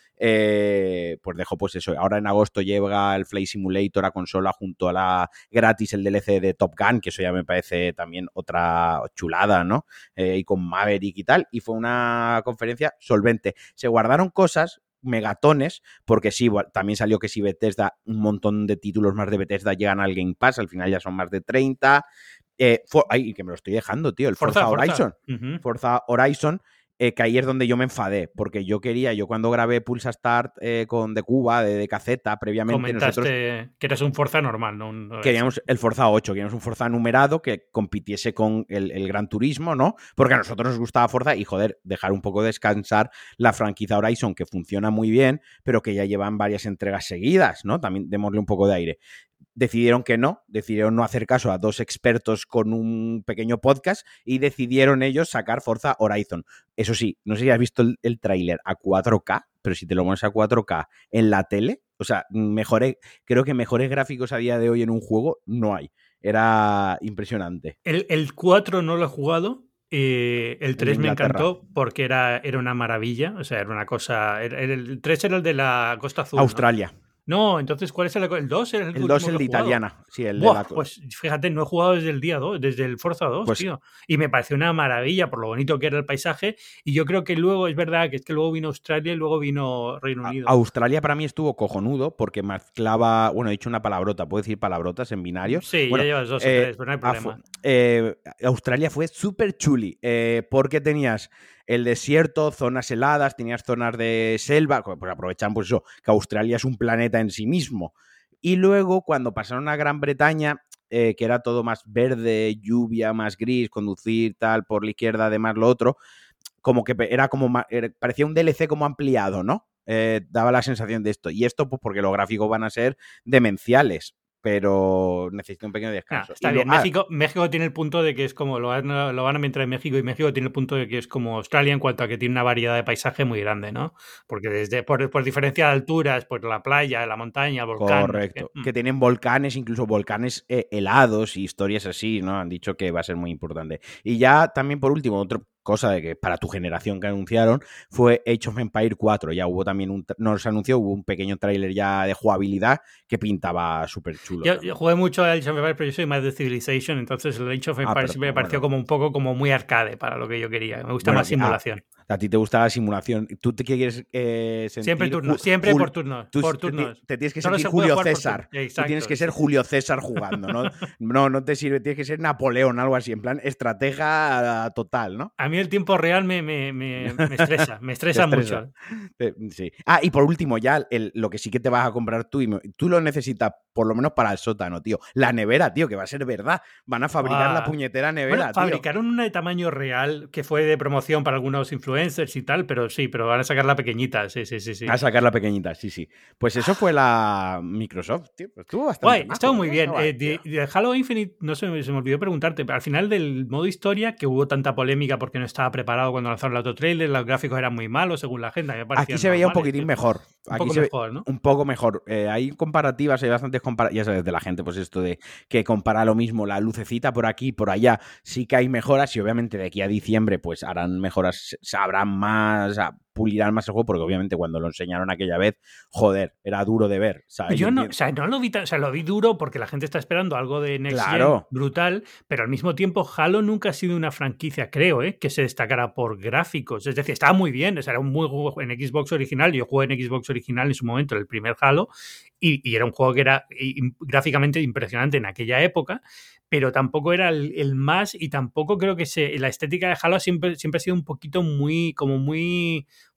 eh, pues dejó pues eso. Ahora en agosto llega el Flight Simulator a consola junto a la gratis el D L C de Top Gun, que eso ya me parece también otra chulada, ¿no? Eh, y con Maverick y tal. Y fue una conferencia solvente. Se guardaron cosas, megatones, porque sí, también salió que si Bethesda, un montón de títulos más de Bethesda llegan al Game Pass, al final ya son más de treinta. Eh, for, ay, que me lo estoy dejando, tío, el Forza, Forza Horizon. Forza, uh-huh. Forza Horizon, eh, que ahí es donde yo me enfadé, porque yo quería, yo cuando grabé Pulsa Start eh, con de Cuba, de, de Caceta, previamente comentaste nosotros... que eres un Forza normal, ¿no? Un queríamos el Forza ocho, queríamos un Forza numerado que compitiese con el, el Gran Turismo, ¿no? Porque a nosotros nos gustaba Forza y, joder, dejar un poco descansar la franquicia Horizon, que funciona muy bien, pero que ya llevan varias entregas seguidas, ¿no? También démosle un poco de aire. Decidieron que no, decidieron no hacer caso a dos expertos con un pequeño podcast y decidieron ellos sacar Forza Horizon. Eso sí, no sé si has visto el, el tráiler a cuatro K, pero si te lo pones a cuatro K en la tele, o sea, mejores, creo que mejores gráficos a día de hoy en un juego no hay. Era impresionante. El, el cuatro no lo he jugado. Eh, el tres me encantó porque era, era una maravilla. O sea, era una cosa... El, el tres era el de la Costa Azul, Australia. ¿no? No, entonces, ¿cuál es el, el dos? El, el dos, el de Italiana. Sí, el Buah, de la... Pues fíjate, no he jugado desde el día dos, desde el Forza dos, pues, tío. Y me pareció una maravilla por lo bonito que era el paisaje. Y yo creo que luego, es verdad, que es que luego vino Australia y luego vino Reino Unido. Australia para mí estuvo cojonudo porque mezclaba, bueno, he dicho una palabrota, ¿puedo decir palabrotas en binario? Sí, bueno, ya llevas dos eh, o tres, pero no hay problema. Eh, Australia fue súper chuli eh, porque tenías el desierto, zonas heladas, tenías zonas de selva, pues aprovechan pues eso, que Australia es un planeta en sí mismo. Y luego cuando pasaron a Gran Bretaña, eh, que era todo más verde, lluvia, más gris, conducir tal por la izquierda, además lo otro, como que era como, era, parecía un D L C como ampliado, ¿no? Eh, daba la sensación de esto. Y esto pues porque los gráficos van a ser demenciales, pero necesito un pequeño descanso. Ah, está y bien, lo, México, ah, México tiene el punto de que es como, lo van, lo van a entrar en México y México tiene el punto de que es como Australia en cuanto a que tiene una variedad de paisaje muy grande, ¿no? Porque desde por, por diferencia de alturas, pues la playa, la montaña, el volcán. Correcto, no sé que tienen volcanes, incluso volcanes eh, helados y historias así, ¿no? Han dicho que va a ser muy importante. Y ya también por último, otra cosa de que para tu generación que anunciaron fue Age of Empires cuatro. Ya hubo también un, no se anunció, hubo un pequeño tráiler ya de jugabilidad que pintaba súper chulo. Yo, yo jugué mucho a Age of Empires, pero yo soy más de Civilization, entonces el Age of Empires ah, siempre me pareció bueno. como un poco como muy arcade para lo que yo quería. Me gusta bueno, más simulación. A, a ti te gusta la simulación. ¿Tú te quieres eh, sentir? Siempre turnos, siempre Jul por turnos. Tú, por turnos. Te, te tienes que no sentir Julio César. Exacto, tú tienes que ser Julio César jugando, ¿no? no, no te sirve, tienes que ser Napoleón, algo así, en plan estratega total, ¿no? A mí el tiempo real me, me, me, me estresa, me estresa, estresa. mucho. Sí. Ah, y por último, ya el, lo que sí que te vas a comprar tú, y me, tú lo necesitas por lo menos para el sótano, tío. La nevera, tío, que va a ser verdad. Van a fabricar ah. la puñetera nevera, bueno, tío. Fabricaron una de tamaño real que fue de promoción para algunos influencers y tal, pero sí, pero van a sacar la pequeñita, sí, sí, sí. sí. Van a sacar la pequeñita, sí, sí. Pues eso fue la Microsoft, tío. Pues estuvo bastante Guay, majo, estuvo muy ¿no? bien. Guay, eh, de, de Halo Infinite, no sé, se me olvidó preguntarte, pero al final del modo historia, que hubo tanta polémica porque no estaba preparado cuando lanzaron el otro trailer, los gráficos eran muy malos según la agenda. Me Aquí se veía normales, un poquitín tío. mejor. Un Aquí poco se mejor, ve ¿no? Un poco mejor. Eh, hay comparativas, hay bastantes comparativas. Ya sabes, de la gente, pues esto de que compara lo mismo, la lucecita por aquí, por allá, sí que hay mejoras y obviamente de aquí a diciembre pues harán mejoras, sabrán más, pulirán más el juego, porque obviamente cuando lo enseñaron aquella vez, joder, era duro de ver. ¿Sabes? Yo no, o sea, no lo vi tan, o sea, lo vi duro porque la gente está esperando algo de Next claro. Gen brutal, pero al mismo tiempo Halo nunca ha sido una franquicia, creo, ¿eh? que se destacara por gráficos. Es decir, estaba muy bien, o sea, era un muy juego en Xbox original, yo jugué en Xbox original en su momento, el primer Halo, y, y era un juego que era gráficamente impresionante en aquella época, pero tampoco era el, el más, y tampoco creo que se, la estética de Halo siempre, siempre ha sido un poquito muy, como muy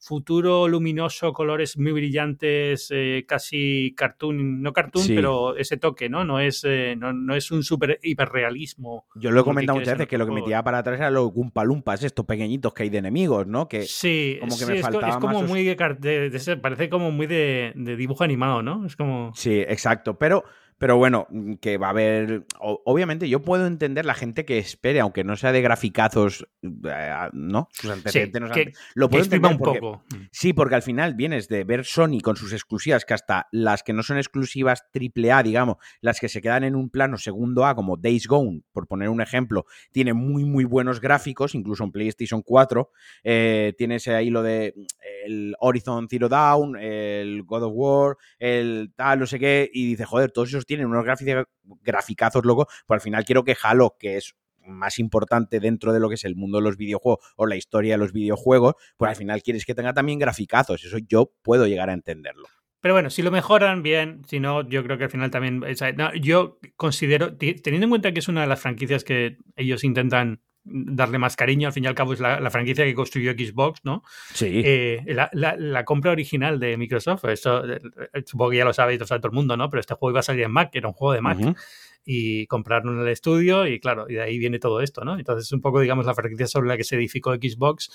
futuro luminoso, colores muy brillantes, eh, casi cartoon, no cartoon, Sí. pero ese toque, ¿no? No es, eh, no, no es un súper hiperrealismo. Yo lo he como el comentado quieres muchas en veces, que lo otros que me juegos. tiraba para atrás eran los Goompa Loompas, estos pequeñitos que hay de enemigos, ¿no? Que Sí, como que sí, me es, co- faltaba es como más os- muy de, car- de- de ese- parece como muy de, de dibujo animado, ¿no? Es como... Sí, exacto. Pero, pero bueno, mm, que va a haber. o- Obviamente, yo puedo entender la gente que espere, aunque no sea de graficazos, eh, ¿no? Sus antecedentes Sí, no sean- que, Lo que puedo exprima entender un porque. poco. Sí, porque al final vienes de ver Sony con sus exclusivas, que hasta las que no son exclusivas triple A, digamos, las que se quedan en un plano segundo A, como Days Gone, por poner un ejemplo, tiene muy, muy buenos gráficos, incluso en PlayStation cuatro. Eh, tienes ahí lo de el Horizon Zero Dawn, el God of War, el tal, no sé qué, y dices, joder, todos esos tienen unos grafic- graficazos locos, pues al final quiero que Halo, que es más importante dentro de lo que es el mundo de los videojuegos o la historia de los videojuegos, pues al final quieres que tenga también graficazos. Eso yo puedo llegar a entenderlo. Pero bueno, si lo mejoran, bien. Si no, yo creo que al final también... o sea, no, yo considero, ti- teniendo en cuenta que es una de las franquicias que ellos intentan darle más cariño, al fin y al cabo es la, la franquicia que construyó Xbox, ¿no? Sí. Eh, la, la- la compra original de Microsoft, eso eh, supongo que ya lo sabéis, lo sabe todo el mundo, ¿no? Pero este juego iba a salir en Mac, era un juego de Mac. Ujú. Y compraron el estudio y claro, y de ahí viene todo esto, ¿no? Entonces es un poco, digamos, la franquicia sobre la que se edificó Xbox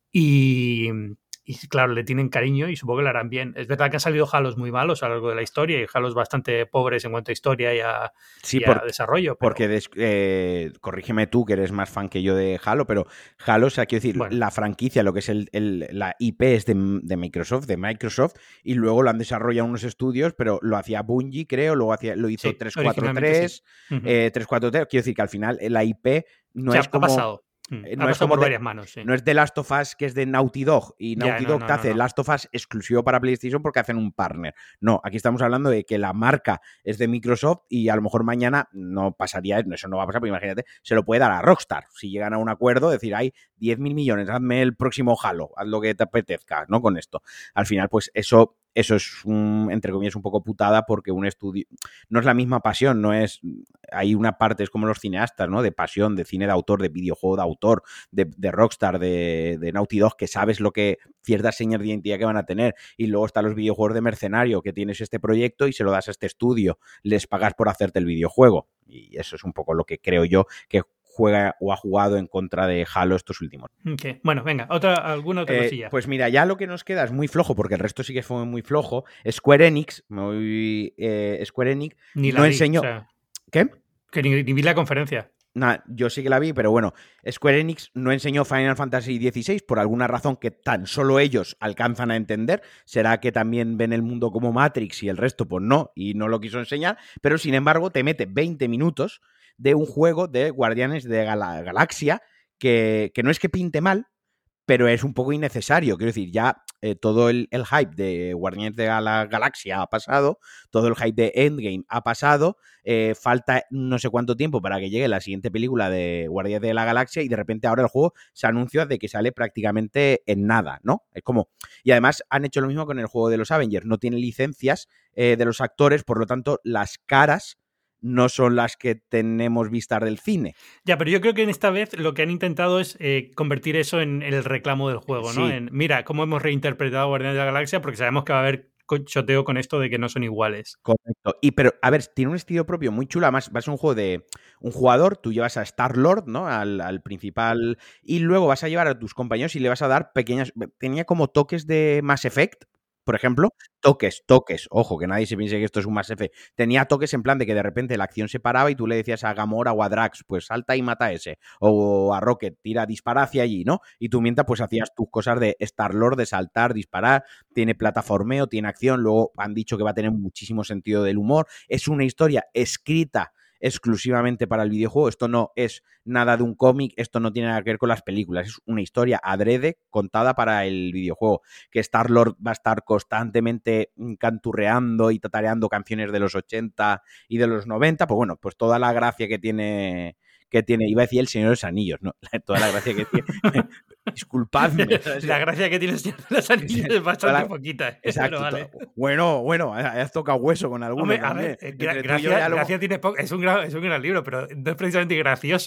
y, y claro, le tienen cariño y supongo que lo harán bien. Es verdad que han salido Halos muy malos a lo largo de la historia y Halos bastante pobres en cuanto a historia y a, Sí, y a por- desarrollo. Pero, porque des- eh, corrígeme tú, que eres más fan que yo de Halo, pero Halo, o sea, quiero decir, Bueno. la franquicia, lo que es el, el- la I P es de, de Microsoft, de Microsoft, y luego lo han desarrollado unos estudios, pero lo hacía Bungie, creo, luego hacía, lo hizo Sí, tres cuatro originalmente tres, sí. Ujú. eh, tres cuatro tres, quiero decir que al final eh, la I P no O sea, es ha como... pasado. Mm, eh, ha no es pasado como por de- varias manos, sí. No es de Last of Us, que es de Naughty Dog, y Ya, Naughty no, Dog no, te no, hace no. Last of Us exclusivo para PlayStation porque hacen un partner. No, aquí estamos hablando de que la marca es de Microsoft y a lo mejor mañana no pasaría, eso no va a pasar, pero imagínate, se lo puede dar a Rockstar. Si llegan a un acuerdo, decir, hay diez mil millones, hazme el próximo Halo, haz lo que te apetezca, ¿no? Con esto. Al final, pues eso... Eso es, un, entre comillas, un poco putada porque un estudio... No es la misma pasión, no es... Hay una parte, es como los cineastas, ¿no? De pasión, de cine de autor, de videojuego de autor, de, de Rockstar, de, de Naughty Dog, que sabes lo que... ciertas señas de identidad que van a tener. Y luego están los videojuegos de mercenario, que tienes este proyecto y se lo das a este estudio. Les pagas por hacerte el videojuego. Y eso es un poco lo que creo yo que juega o ha jugado en contra de Halo estos últimos. Okay. Bueno, venga, otra, alguna otra Eh, cosilla. pues mira, ya lo que nos queda es muy flojo, porque el resto sí que fue muy flojo. Square Enix, muy, eh, Square Enix Ni la no vi, enseñó... o sea, ¿Qué? que ni, ni vi la conferencia. Nah, yo sí que la vi, pero bueno, Square Enix no enseñó Final Fantasy dieciséis por alguna razón que tan solo ellos alcanzan a entender. Será que también ven el mundo como Matrix y el resto pues no, y no lo quiso enseñar, pero sin embargo te mete veinte minutos de un juego de Guardianes de Gal- Galaxia que, que no es que pinte mal, pero es un poco innecesario. Quiero decir, ya eh, todo el, el hype de Guardianes de la Galaxia ha pasado, todo el hype de Endgame ha pasado, eh, falta no sé cuánto tiempo para que llegue la siguiente película de Guardianes de la Galaxia y de repente ahora el juego se anuncia de que sale prácticamente en nada, ¿no? Es como... Y además han hecho lo mismo con el juego de los Avengers, no tienen licencias eh, de los actores, por lo tanto las caras no son las que tenemos vistas del cine. Ya, pero yo creo que en esta vez lo que han intentado es eh, convertir eso en, en el reclamo del juego, ¿no? Sí. En, mira, cómo hemos reinterpretado Guardianes de la Galaxia, porque sabemos que va a haber choteo con esto de que no son iguales. Correcto. Y pero, a ver, tiene un estilo propio muy chulo. Además, va a ser un juego de un jugador, tú llevas a Star-Lord, ¿no? Al, al principal. Y luego vas a llevar a tus compañeros y le vas a dar pequeñas. Tenía como toques de Mass Effect, por ejemplo. Toques, toques. Ojo, que nadie se piense que esto es un Mass Effect. Tenía toques en plan de que de repente la acción se paraba y tú le decías a Gamora o a Drax, pues salta y mata a ese. O a Rocket, tira, dispara hacia allí, ¿no? Y tú mientras pues hacías tus cosas de Star-Lord, de saltar, disparar. Tiene plataformeo, tiene acción. Luego han dicho que va a tener muchísimo sentido del humor. Es una historia escrita exclusivamente para el videojuego. Esto no es nada de un cómic, esto no tiene nada que ver con las películas, es una historia adrede contada para el videojuego, que Star-Lord va a estar constantemente canturreando y tatareando canciones de los ochenta y de los noventa, pues bueno, pues toda la gracia que tiene que tiene, iba a decir el Señor de los Anillos, ¿no? Toda la gracia que tiene. Disculpadme. La gracia que tiene el Señor de los Anillos es bastante la... poquita. ¿eh? Exacto. Pero vale. Bueno, bueno, has tocado hueso con alguno. Hombre, a ver, gra gracia, lo... gracia tiene poco. Es un, gran, es un gran libro, pero no es precisamente gracioso.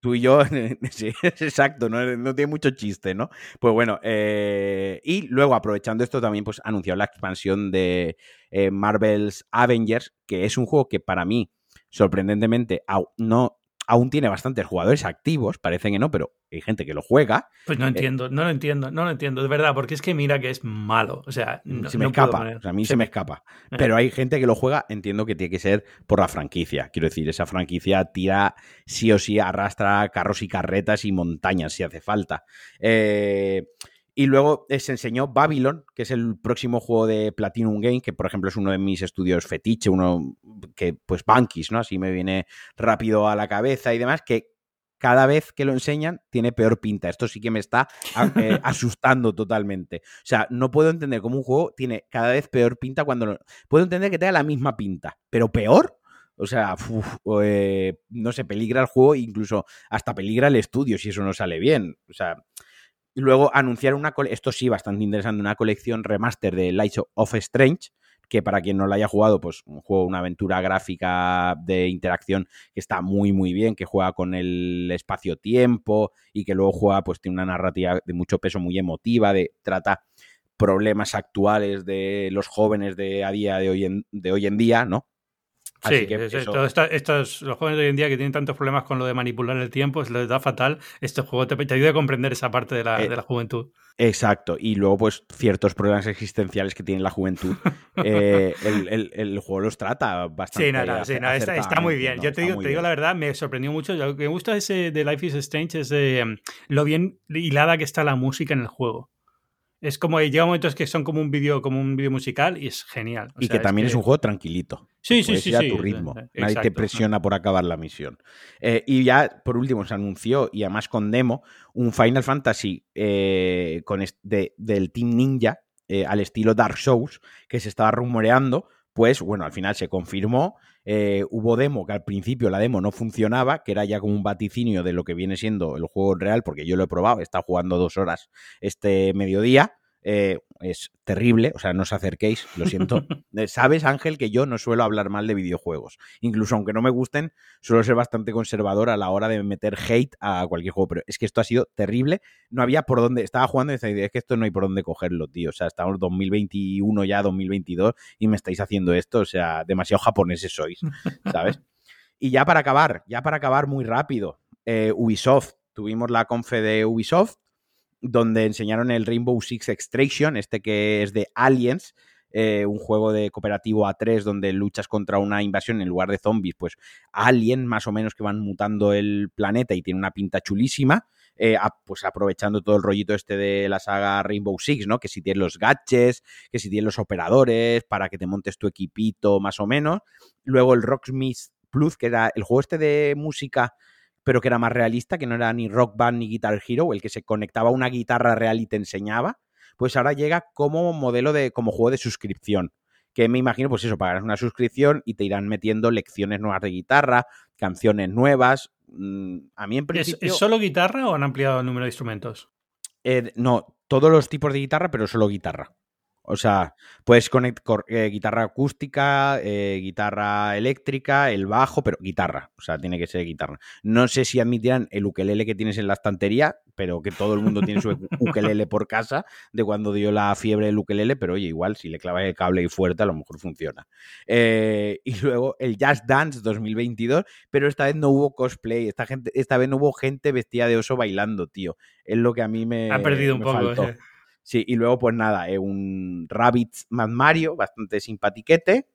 tú y yo, sí, exacto, no, no tiene mucho chiste, ¿no? Pues bueno, eh, y luego aprovechando esto también pues anunció la expansión de eh, Marvel's Avengers, que es un juego que para mí, sorprendentemente, au- no, aún tiene bastantes jugadores activos, parece que no, pero hay gente que lo juega. Pues no Eh, entiendo, no lo entiendo, no lo entiendo, de verdad, porque es que mira que es malo, o sea, no, se me no puedo escapa, poner. o sea, a mí Se se me me- escapa. eh. Pero hay gente que lo juega, entiendo que tiene que ser por la franquicia. Quiero decir, esa franquicia tira sí o sí, arrastra carros y carretas y montañas si hace falta. Eh, y luego eh, se enseñó Babylon, que es el próximo juego de Platinum Games, que por ejemplo es uno de mis estudios fetiche, uno que pues Bankis, ¿no? Así me viene rápido a la cabeza y demás, que cada vez que lo enseñan tiene peor pinta. Esto sí que me está eh, asustando totalmente. O sea, no puedo entender cómo un juego tiene cada vez peor pinta cuando... Lo... Puedo entender que tenga la misma pinta, pero peor. O sea, uf, eh, no sé, peligra el juego, incluso hasta peligra el estudio si eso no sale bien. O sea, luego anunciaron una... Cole... Esto sí, bastante interesante, una colección remaster de Lights of Strange, que para quien no lo haya jugado, pues un juego, una aventura gráfica de interacción que está muy, muy bien, que juega con el espacio-tiempo y que luego juega, pues tiene una narrativa de mucho peso, muy emotiva, de trata problemas actuales de los jóvenes de a día de hoy en, de hoy en día, ¿no? Así Sí, que es, eso... todo esta- estos, los jóvenes de hoy en día que tienen tantos problemas con lo de manipular el tiempo, se les da fatal. Este juego te, te ayuda a comprender esa parte de la, eh, de la juventud. Exacto, y luego pues ciertos problemas existenciales que tiene la juventud, eh, el, el, el juego los trata Sí, bastante nada, sí, ace- nada, está, está muy acertadamente, bien. ¿no? Yo te Está digo, muy te digo bien. la verdad, me sorprendió mucho. Lo que me gusta de, ese, de Life is Strange es eh, lo bien hilada que está la música en el juego. Es como, llega momentos que son como un vídeo como un vídeo musical y es genial. O Y que sea, es también es un que... juego tranquilito, que Sí, sí, puedes sí, ir a sí, tu ritmo, nadie te exacto. presiona por acabar la misión. Eh, y ya, por último, se anunció, y además con demo, un Final Fantasy eh, con est- de, del Team Ninja, eh, al estilo Dark Souls, que se estaba rumoreando, pues bueno, al final se confirmó. Eh, hubo demo, que al principio la demo no funcionaba, que era ya como un vaticinio de lo que viene siendo el juego real, porque yo lo he probado, he estado jugando dos horas este mediodía. Eh, es terrible, o sea, no os acerquéis, lo siento. Sabes, Ángel, que yo no suelo hablar mal de videojuegos. Incluso aunque no me gusten, suelo ser bastante conservador a la hora de meter hate a cualquier juego. Pero es que esto ha sido terrible. No había por dónde. Estaba jugando y decía, es que esto no hay por dónde cogerlo, tío. O sea, estamos dos mil veintiuno ya, dos mil veintidós, y me estáis haciendo esto. O sea, demasiado japoneses sois, ¿sabes? Y ya para acabar, ya para acabar muy rápido, eh, Ubisoft. Tuvimos la confe de Ubisoft, donde enseñaron el Rainbow Six Extraction, este que es de Aliens, eh, un juego de cooperativo a tres donde luchas contra una invasión en lugar de zombies, pues alien más o menos que van mutando el planeta y tiene una pinta chulísima, eh, a, pues aprovechando todo el rollito este de la saga Rainbow Six, ¿no? Que si tienes los gadgets, que si tienes los operadores, para que te montes tu equipito más o menos. Luego el Rocksmith Plus, que era el juego este de música pero que era más realista, que no era ni Rock Band ni Guitar Hero, el que se conectaba a una guitarra real y te enseñaba, pues ahora llega como modelo de, como juego de suscripción, que me imagino, pues eso, pagarás una suscripción y te irán metiendo lecciones nuevas de guitarra, canciones nuevas. A mí en principio... ¿Es, ¿Es solo guitarra o han ampliado el número de instrumentos? Eh, no, todos los tipos de guitarra, pero solo guitarra. O sea, puedes conectar eh, guitarra acústica, eh, guitarra eléctrica, el bajo, pero guitarra. O sea, tiene que ser guitarra. No sé si admitirán el ukelele que tienes en la estantería, pero que todo el mundo tiene su ukelele por casa, de cuando dio la fiebre del ukelele, pero oye, igual si le clavas el cable y fuerte, a lo mejor funciona. Eh, y luego el Just Dance dos mil veintidós, pero esta vez no hubo cosplay, esta, gente, esta vez no hubo gente vestida de oso bailando, tío. Es lo que a mí me, ha perdido un me poco, faltó. eh. Sí, y luego, pues nada, eh, un Rabbids Mad Mario, bastante simpatiquete.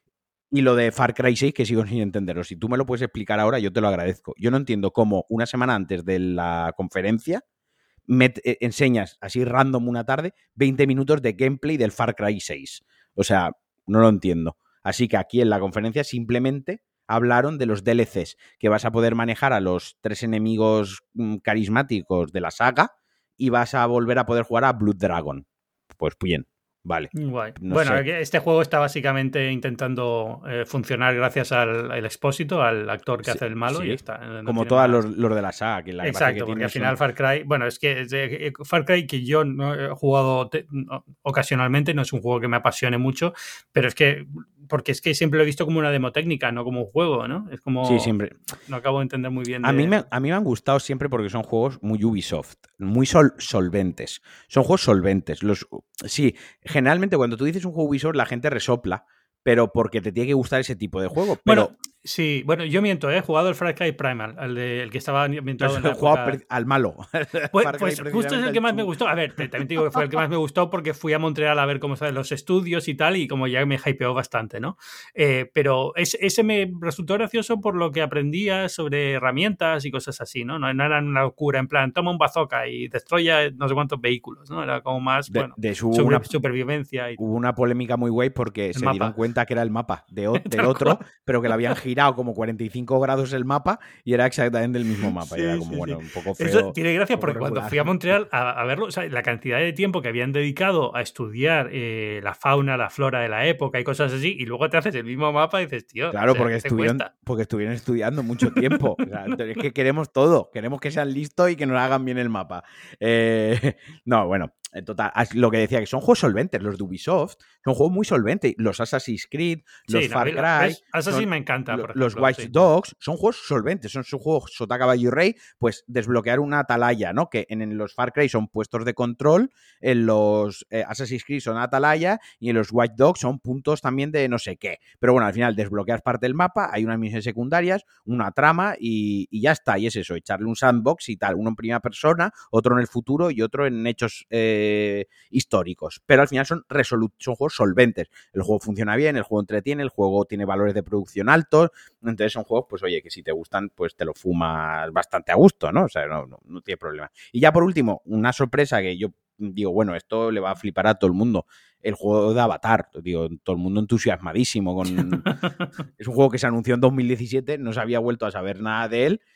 Y lo de Far Cry seis, que sigo sin entenderlo. Si tú me lo puedes explicar ahora, yo te lo agradezco. Yo no entiendo cómo una semana antes de la conferencia me eh, enseñas así random una tarde veinte minutos de gameplay del Far Cry seis. O sea, no lo entiendo. Así que aquí en la conferencia simplemente hablaron de los D L Cs, que vas a poder manejar a los tres enemigos mmm, carismáticos de la saga y vas a volver a poder jugar a Blood Dragon. Pues bien, vale. Guay. No bueno, sé. este juego está básicamente intentando eh, funcionar gracias al, al expósito, al actor que Sí, hace el malo, sí. y ya está. No Como tiene todos más... los, los de la saga. Que la Exacto, que porque al son... final Far Cry, bueno, es que es de, Far Cry, que yo no he jugado te, no, ocasionalmente, no es un juego que me apasione mucho, pero es que porque es que siempre lo he visto como una demo técnica, no como un juego, ¿no? Es como... Sí, siempre. No acabo de entender muy bien. A, de... mí me, a mí me han gustado siempre porque son juegos muy Ubisoft, muy sol, solventes. Son juegos solventes. Los, sí, generalmente cuando tú dices un juego Ubisoft la gente resopla, pero porque te tiene que gustar ese tipo de juego. Pero... Bueno, sí, bueno, yo miento, ¿eh? He jugado el Far Cry Primal, el, de, el que estaba ambientado en la jugado época... al malo. Pues, pues justo es el que más me gustó. A ver, también te digo que fue el que más me gustó porque fui a Montreal a ver cómo salen los estudios y tal, y como ya me hypeó bastante, ¿no? Eh, pero ese, ese me resultó gracioso por lo que aprendía sobre herramientas y cosas así, ¿no? No, no era una locura, en plan, toma un bazooka y destruya no sé cuántos vehículos, ¿no? Era como más, de, bueno, de su, sobre una, supervivencia. Y... Hubo una polémica muy guay porque se mapa. dieron cuenta que era el mapa de, o, del otro, pero que le habían girado como cuarenta y cinco grados el mapa y era exactamente el mismo mapa. Sí, y era como, sí, bueno, sí. un poco feo. Eso tiene gracia porque regular. cuando fui a Montreal a, a verlo, o sea, la cantidad de tiempo que habían dedicado a estudiar eh, la fauna, la flora de la época y cosas así, y luego te haces el mismo mapa y dices, tío, claro, o sea, porque, estuvieron, porque estuvieron estudiando mucho tiempo. O sea, es que queremos todo, queremos que sean listos y que nos hagan bien el mapa. Eh, no, bueno, en total, lo que decía, que son juegos solventes, los de Ubisoft, son juegos muy solventes. Los Assassin's Creed, los sí, Far no, Cry, Assassin son, me encanta, lo, por ejemplo. los Watch sí. Dogs, son juegos solventes, son, son juegos sota, caballo y rey, pues desbloquear una atalaya, ¿no? Que en, en los Far Cry son puestos de control, en los eh, Assassin's Creed son atalaya y en los Watch Dogs son puntos también de no sé qué. Pero bueno, al final desbloqueas parte del mapa, hay unas misiones secundarias, una trama y, y ya está. Y es eso, echarle un sandbox y tal, uno en primera persona, otro en el futuro y otro en hechos eh, históricos. Pero al final son, resolut- son juegos solventes. El juego funciona bien, el juego entretiene, el juego tiene valores de producción altos. Entonces son juegos, pues oye, que si te gustan, pues te lo fumas bastante a gusto, ¿no? O sea, no, no, no tiene problema. Y ya por último, una sorpresa que yo digo, bueno, esto le va a flipar a todo el mundo. El juego de Avatar, digo, todo el mundo entusiasmadísimo con... Es un juego que se anunció en dos mil diecisiete, no se había vuelto a saber nada de él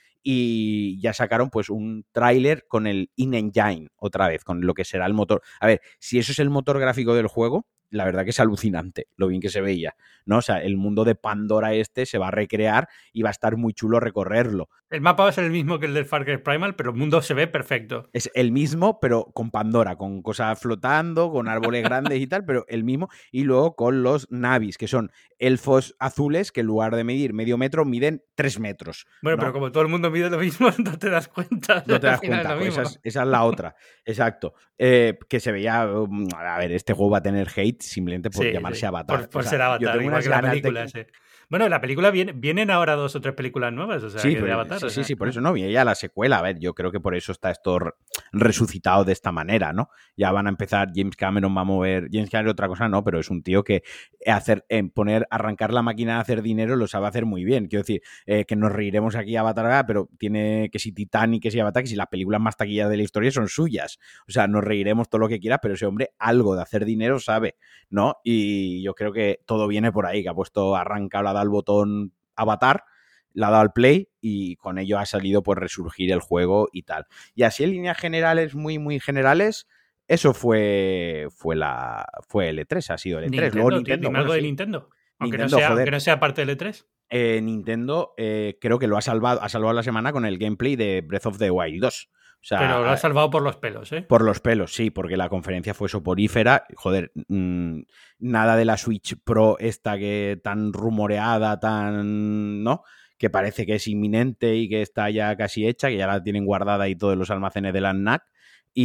y ya sacaron pues un tráiler con el in-engine otra vez, con lo que será el motor. A ver, si eso es el motor gráfico del juego, la verdad que es alucinante lo bien que se veía, ¿no? O sea, el mundo de Pandora este se va a recrear y va a estar muy chulo recorrerlo. El mapa va a ser el mismo que el del Far Cry Primal, pero el mundo se ve perfecto. Es el mismo, pero con Pandora, con cosas flotando, con árboles grandes y tal, pero el mismo. Y luego con los Navis, que son elfos azules que en lugar de medir medio metro, miden tres metros. Bueno, ¿no? pero como todo el mundo mide lo mismo, no te das cuenta. No te das cuenta, pues esa, es, esa es la otra. Exacto. Eh, que se veía, um, a ver, este juego va a tener hate simplemente por sí, llamarse sí. Avatar. Por, por o sea, ser Avatar, yo tengo igual que la película, de... sí. Bueno, la película viene, vienen ahora dos o tres películas nuevas, o sea, sí, que pero, de Avatar. Sí, o sea, sí, sí, por eso no. Y ya la secuela, a ver, yo creo que por eso está esto resucitado de esta manera, ¿no? Ya van a empezar, James Cameron va a mover, James Cameron otra cosa no, pero es un tío que hacer, en poner, arrancar la máquina a hacer dinero lo sabe hacer muy bien. Quiero decir, eh, que nos reiremos aquí a Avatar, pero tiene que si Titanic, que si Avatar, que si las películas más taquillas de la historia son suyas. O sea, nos reiremos todo lo que quiera, pero ese hombre algo de hacer dinero sabe, ¿no? Y yo creo que todo viene por ahí, que ha puesto, arrancado, le ha dado el botón Avatar, le ha dado al play y con ello ha salido pues resurgir el juego y tal. Y así en líneas generales, muy, muy generales, eso fue fue la fue el E tres, ha sido el E tres. Nintendo, Luego tío, Nintendo, dime bueno, algo de sí. Nintendo. Aunque, Nintendo, no sea, joder. aunque no sea parte del E tres. Eh, Nintendo eh, creo que lo ha salvado, ha salvado la semana con el gameplay de Breath of the Wild dos. O sea, pero lo ha salvado por los pelos, ¿eh? Por los pelos, sí, porque la conferencia fue soporífera. Joder, mmm, nada de la Switch Pro esta que tan rumoreada, tan... ¿no? Que parece que es inminente y que está ya casi hecha, que ya la tienen guardada y todos los almacenes de la N A C.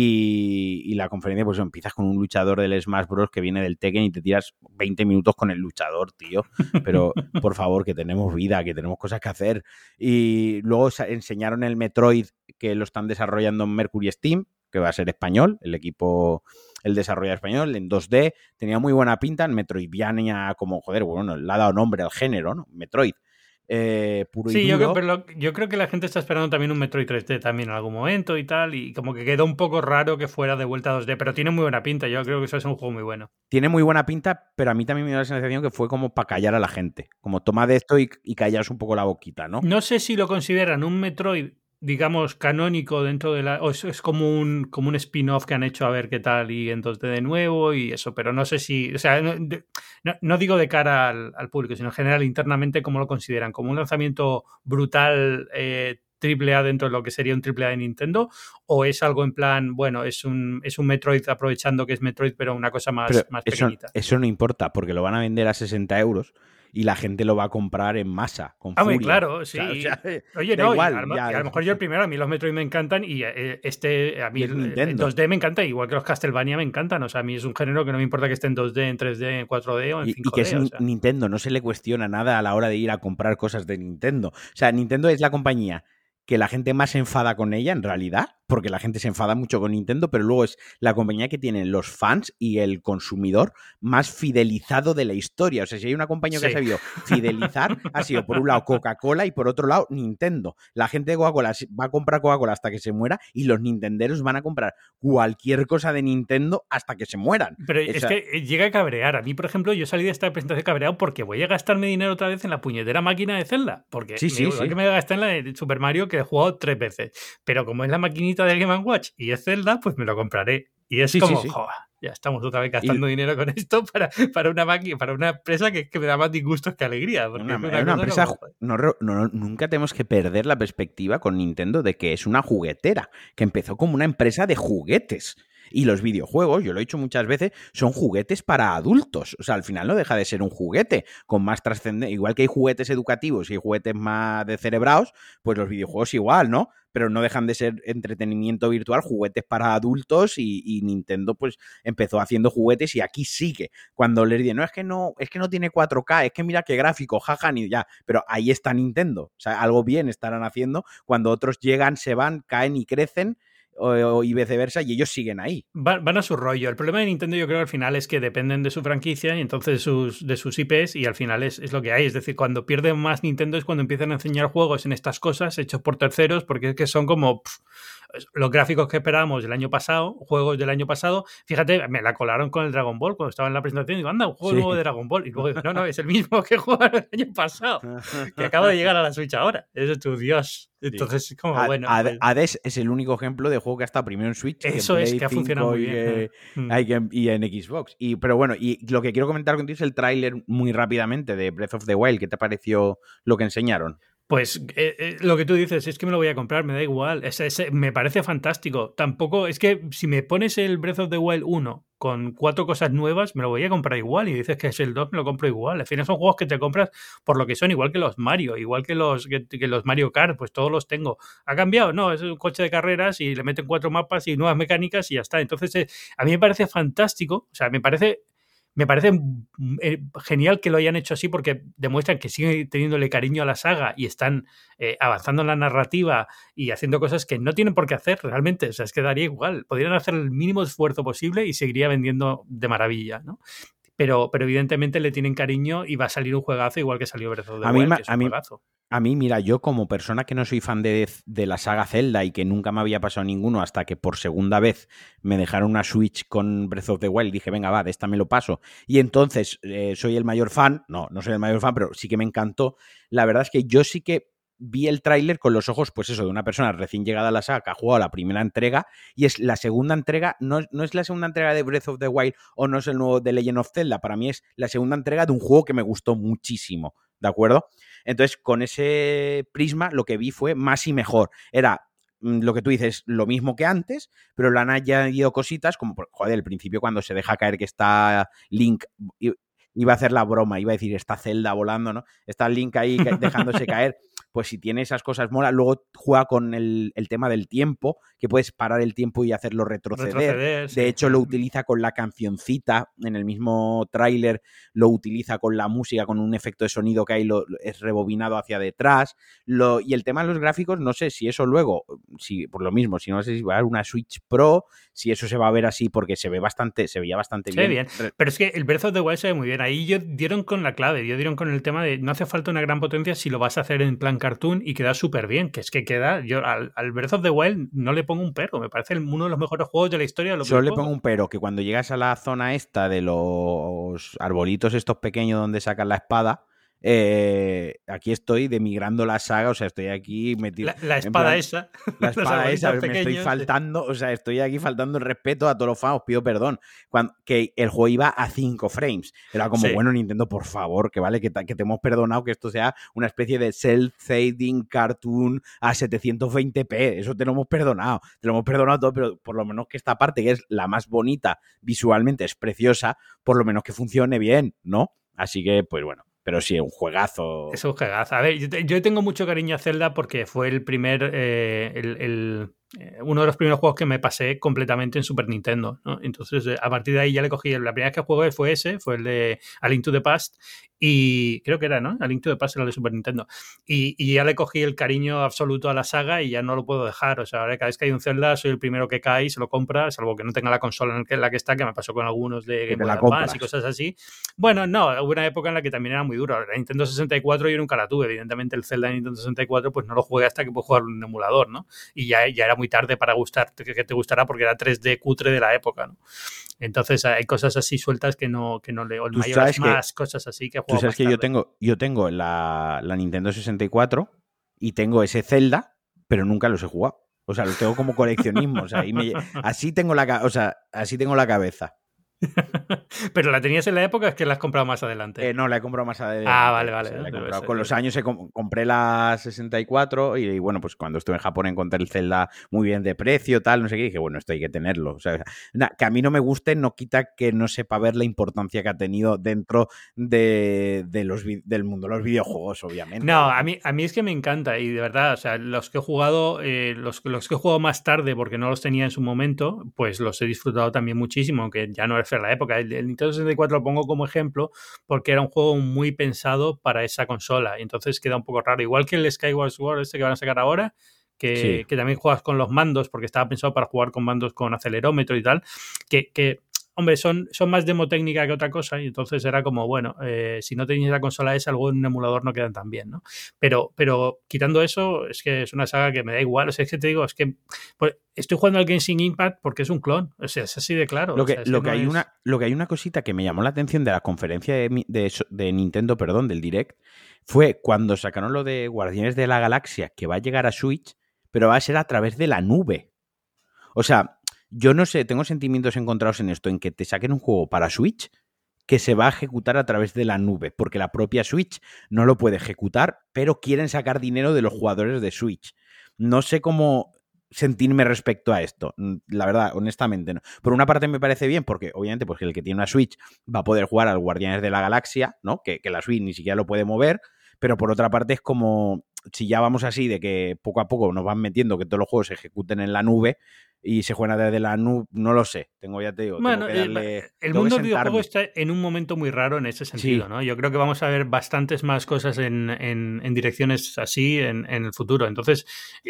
Y, y la conferencia, pues empiezas con un luchador del Smash Bros. Que viene del Tekken y te tiras veinte minutos con el luchador, tío. Pero, por favor, que tenemos vida, que tenemos cosas que hacer. Y luego enseñaron el Metroid, que lo están desarrollando en Mercury Steam, que va a ser español, el equipo, el desarrollo español, en dos D. Tenía muy buena pinta, en Metroidvania, como, joder, bueno, le ha dado nombre al género, ¿no? Metroid. Eh, puro sí, y yo duro. creo, pero lo, yo creo que la gente está esperando también un Metroid tres D también en algún momento y tal, y como que quedó un poco raro que fuera de vuelta a dos D, pero tiene muy buena pinta, yo creo que eso es un juego muy bueno. Tiene muy buena pinta, pero a mí también me dio la sensación que fue como para callar a la gente, como toma de esto y, y callaos un poco la boquita, ¿no? No sé si lo consideran un Metroid, digamos, canónico dentro de la... o es, es como un, como un spin-off que han hecho a ver qué tal y en dos D de nuevo y eso, pero no sé si... O sea, no, no, no digo de cara al, al público, sino en general internamente cómo lo consideran, como un lanzamiento brutal, eh, triple A dentro de lo que sería un triple A de Nintendo, o es algo en plan, bueno, es un, es un Metroid aprovechando que es Metroid, pero una cosa más, Pero más eso, pequeñita. eso no importa, porque lo van a vender a sesenta euros y la gente lo va a comprar en masa, con Ah, muy furia. claro, sí. O sea, o sea, Oye, da no, igual, y, a, lo, ya. y a lo mejor yo el primero, a mí los Metroid me encantan y eh, este, a mí Y es el, el Nintendo. dos D me encanta, igual que los Castlevania me encantan. O sea, a mí es un género que no me importa que esté en dos D, en tres D, en cuatro D o en Y, cinco D. y que es o ni- sea. Nintendo, no se le cuestiona nada a la hora de ir a comprar cosas de Nintendo. O sea, Nintendo es la compañía que la gente más se enfada con ella, en realidad, porque la gente se enfada mucho con Nintendo, pero luego es la compañía que tiene los fans y el consumidor más fidelizado de la historia. O sea, si hay una compañía Sí. que ha sabido fidelizar, ha sido por un lado Coca-Cola y por otro lado Nintendo. La gente de Coca-Cola va a comprar Coca-Cola hasta que se muera y los nintenderos van a comprar cualquier cosa de Nintendo hasta que se mueran. Pero Esa... es que llega a cabrear. A mí, por ejemplo, yo salí de esta presentación cabreado porque voy a gastarme dinero otra vez en la puñetera máquina de Zelda. Porque sí, sí, me, sí. que me voy a gastar en la de Super Mario, que he jugado tres veces. Pero como es la maquinita del Game and Watch y es Zelda, pues me lo compraré. Y es sí, como, sí, sí. joder, ya estamos otra vez gastando y... dinero con esto para, para una máquina, para una empresa que, que me da más disgustos que alegría. Porque una, es una, una empresa, como... no, no, nunca tenemos que perder la perspectiva con Nintendo de que es una juguetera, que empezó como una empresa de juguetes. Y los videojuegos, yo lo he dicho muchas veces, son juguetes para adultos. O sea, al final no deja de ser un juguete con más trascendencia. Igual que hay juguetes educativos y hay juguetes más descerebrados, pues los videojuegos igual, ¿no? Pero no dejan de ser entretenimiento virtual, juguetes para adultos y, y Nintendo pues empezó haciendo juguetes y aquí sigue. Cuando les dicen, no, es que no, es que no tiene cuatro K, es que mira qué gráfico, jaja, ni ya. Pero ahí está Nintendo. O sea, algo bien estarán haciendo cuando otros llegan, se van, caen y crecen. O, y viceversa, y ellos siguen ahí. Van, van a su rollo. El problema de Nintendo, yo creo, al final es que dependen de su franquicia y entonces de sus, de sus I Pes, y al final es, es lo que hay. Es decir, cuando pierden más Nintendo es cuando empiezan a enseñar juegos en estas cosas hechos por terceros, porque es que son como pff, los gráficos que esperábamos del año pasado, juegos del año pasado. Fíjate, me la colaron con el Dragon Ball cuando estaba en la presentación y digo, anda, un juego sí. nuevo de Dragon Ball. Y luego digo, no, no, es el mismo que jugaron el año pasado, que acaba de llegar a la Switch ahora. Eso es tu Dios. Entonces, sí. como A, bueno. A, pues... Hades es el único ejemplo de juego que ha estado primero en Switch. Eso que en es, Play que ha funcionado muy y bien. Que, mm. y en Xbox. Y, pero bueno, y lo que quiero comentar contigo es el tráiler muy rápidamente de Breath of the Wild. ¿Qué te pareció lo que enseñaron? Pues eh, eh, lo que tú dices, es que me lo voy a comprar, me da igual. Es, es, me parece fantástico. Tampoco, es que si me pones el Breath of the Wild uno con cuatro cosas nuevas, me lo voy a comprar igual. Y dices que es el dos, me lo compro igual. Al final son juegos que te compras por lo que son, igual que los Mario, igual que los, que, que los Mario Kart, pues todos los tengo. ¿Ha cambiado? No, es un coche de carreras y le meten cuatro mapas y nuevas mecánicas y ya está. Entonces, eh, a mí me parece fantástico. O sea, me parece... Me parece eh, genial que lo hayan hecho así porque demuestran que siguen teniéndole cariño a la saga y están eh, avanzando en la narrativa y haciendo cosas que no tienen por qué hacer realmente. O sea, es que daría igual. Podrían hacer el mínimo esfuerzo posible y seguiría vendiendo de maravilla, ¿no? Pero, pero evidentemente le tienen cariño y va a salir un juegazo igual que salió Breath of the Wild, que es un a mí, juegazo. A mí, mira, yo como persona que no soy fan de, de la saga Zelda y que nunca me había pasado ninguno hasta que por segunda vez me dejaron una Switch con Breath of the Wild, dije, venga, va, de esta me lo paso. Y entonces eh, soy el mayor fan, no, no soy el mayor fan, pero sí que me encantó. La verdad es que yo sí que vi el tráiler con los ojos, pues eso, de una persona recién llegada a la saga que ha jugado la primera entrega y es la segunda entrega, no, no es la segunda entrega de Breath of the Wild o no es el nuevo de Legend of Zelda, para mí es la segunda entrega de un juego que me gustó muchísimo, ¿de acuerdo? Entonces, con ese prisma, lo que vi fue más y mejor. Era lo que tú dices, lo mismo que antes, pero le han añadido cositas como, joder, al principio cuando se deja caer que está Link, iba a hacer la broma, iba a decir, está Zelda volando, ¿no? Está Link ahí dejándose caer. Pues si tiene esas cosas mola, luego juega con el, el tema del tiempo, que puedes parar el tiempo y hacerlo retroceder. retroceder de sí. hecho, lo utiliza con la cancioncita, en el mismo tráiler lo utiliza con la música, con un efecto de sonido que hay, lo, es rebobinado hacia detrás. Lo, y el tema de los gráficos, no sé si eso luego, si por lo mismo, si no sé si va a haber una Switch Pro, si eso se va a ver así, porque se ve bastante, se veía bastante se bien. bien. Pero es que el Breath of the Wild se ve muy bien. Ahí yo dieron con la clave, yo dieron con el tema de no hace falta una gran potencia si lo vas a hacer en plan cartoon y queda súper bien, que es que queda, yo al, al Breath of the Wild no le pongo un pero, me parece uno de los mejores juegos de la historia. De Solo le pongo un pero, que cuando llegas a la zona esta de los arbolitos estos pequeños donde sacan la espada, eh, aquí estoy demigrando la saga, o sea, estoy aquí metido... La, la espada plan, esa. La espada esa, me pequeños, estoy faltando, sí. o sea, estoy aquí faltando el respeto a todos los fans, os pido perdón. Cuando, que el juego iba a cinco frames. Era como, sí. bueno, Nintendo, por favor, que vale, que te, que te hemos perdonado que esto sea una especie de self-shading cartoon a setecientos veinte p. Eso te lo hemos perdonado. Te lo hemos perdonado todo, pero por lo menos que esta parte, que es la más bonita visualmente, es preciosa, por lo menos que funcione bien, ¿no? Así que, pues bueno. Pero sí, un juegazo. Es un juegazo. A ver, yo, te, yo tengo mucho cariño a Zelda porque fue el primer, eh, el, el, eh, uno de los primeros juegos que me pasé completamente en Super Nintendo, ¿no? Entonces, eh, a partir de ahí ya le cogí, la primera vez que jugué fue ese, fue el de A Link to the Past, y creo que era, ¿no? A Link to the Past era el de Super Nintendo. Y, y ya le cogí el cariño absoluto a la saga y ya no lo puedo dejar. O sea, ahora cada vez que hay un Zelda soy el primero que cae y se lo compra, salvo que no tenga la consola en la que está, que me pasó con algunos de Game Boy Advance y cosas así. Bueno, no, hubo una época en la que también era muy duro. La Nintendo sesenta y cuatro yo nunca la tuve. Evidentemente el Zelda de Nintendo sesenta y cuatro pues no lo jugué hasta que pude jugar en un emulador, ¿no? Y ya, ya era muy tarde para gustar, que, que te gustará porque era tres D cutre de la época, ¿no? Entonces hay cosas así sueltas que no, que no le... O el Majora's Mask, cosas así que he jugado. Tú sabes que yo tengo, yo tengo la, la Nintendo sesenta y cuatro y tengo ese Zelda, pero nunca los he jugado. O sea, los tengo como coleccionismo. O sea, y me, así tengo la, o sea, así tengo la cabeza. ¿Pero la tenías en la época o es que la has comprado más adelante? Eh, no, la he comprado más adelante. Ah, vale, vale. O sea, la he no, comprado. no, Con no, los no. años he com- compré la sesenta y cuatro y, y bueno, pues cuando estuve en Japón encontré el Zelda muy bien de precio, tal, no sé qué, y dije, bueno, esto hay que tenerlo. O sea, na, que a mí no me guste no quita que no sepa ver la importancia que ha tenido dentro de, de los, del mundo de los videojuegos, obviamente. No, a mí, a mí es que me encanta y de verdad, o sea, los que he jugado, eh, los, los que he jugado más tarde porque no los tenía en su momento, pues los he disfrutado también muchísimo, aunque ya no es la época. El, el Nintendo sesenta y cuatro lo pongo como ejemplo porque era un juego muy pensado para esa consola y entonces queda un poco raro. Igual que el Skyward Sword este que van a sacar ahora, que, sí. que también juegas con los mandos porque estaba pensado para jugar con mandos con acelerómetro y tal, que... que hombre, son, son más demo técnica que otra cosa y entonces era como, bueno, eh, si no tenéis la consola esa, algo en un emulador no quedan tan bien, ¿no? Pero, pero quitando eso, es que es una saga que me da igual. O sea, es que te digo, es que pues, estoy jugando al Genshin Impact porque es un clon. O sea, es así de claro. Lo que, o sea, es lo, que que no hay es... una, lo que hay una cosita que me llamó la atención de la conferencia de, de, de Nintendo, perdón, del Direct, fue cuando sacaron lo de Guardianes de la Galaxia, que va a llegar a Switch, pero va a ser a través de la nube. O sea... Yo no sé, tengo sentimientos encontrados en esto, en que te saquen un juego para Switch que se va a ejecutar a través de la nube, porque la propia Switch no lo puede ejecutar, pero quieren sacar dinero de los jugadores de Switch. No sé cómo sentirme respecto a esto, la verdad, honestamente no. Por una parte me parece bien, porque obviamente pues, el que tiene una Switch va a poder jugar al Guardianes de la Galaxia, ¿no? Que, que la Switch ni siquiera lo puede mover, pero por otra parte es como, si ya vamos así de que poco a poco nos van metiendo que todos los juegos se ejecuten en la nube y se juegan desde la nube, no lo sé, tengo ya te digo, bueno, tengo que darle, el, el mundo del videojuego está en un momento muy raro en ese sentido, sí. ¿no? Yo creo que vamos a ver bastantes más cosas en, en, en direcciones así en, en el futuro. Entonces,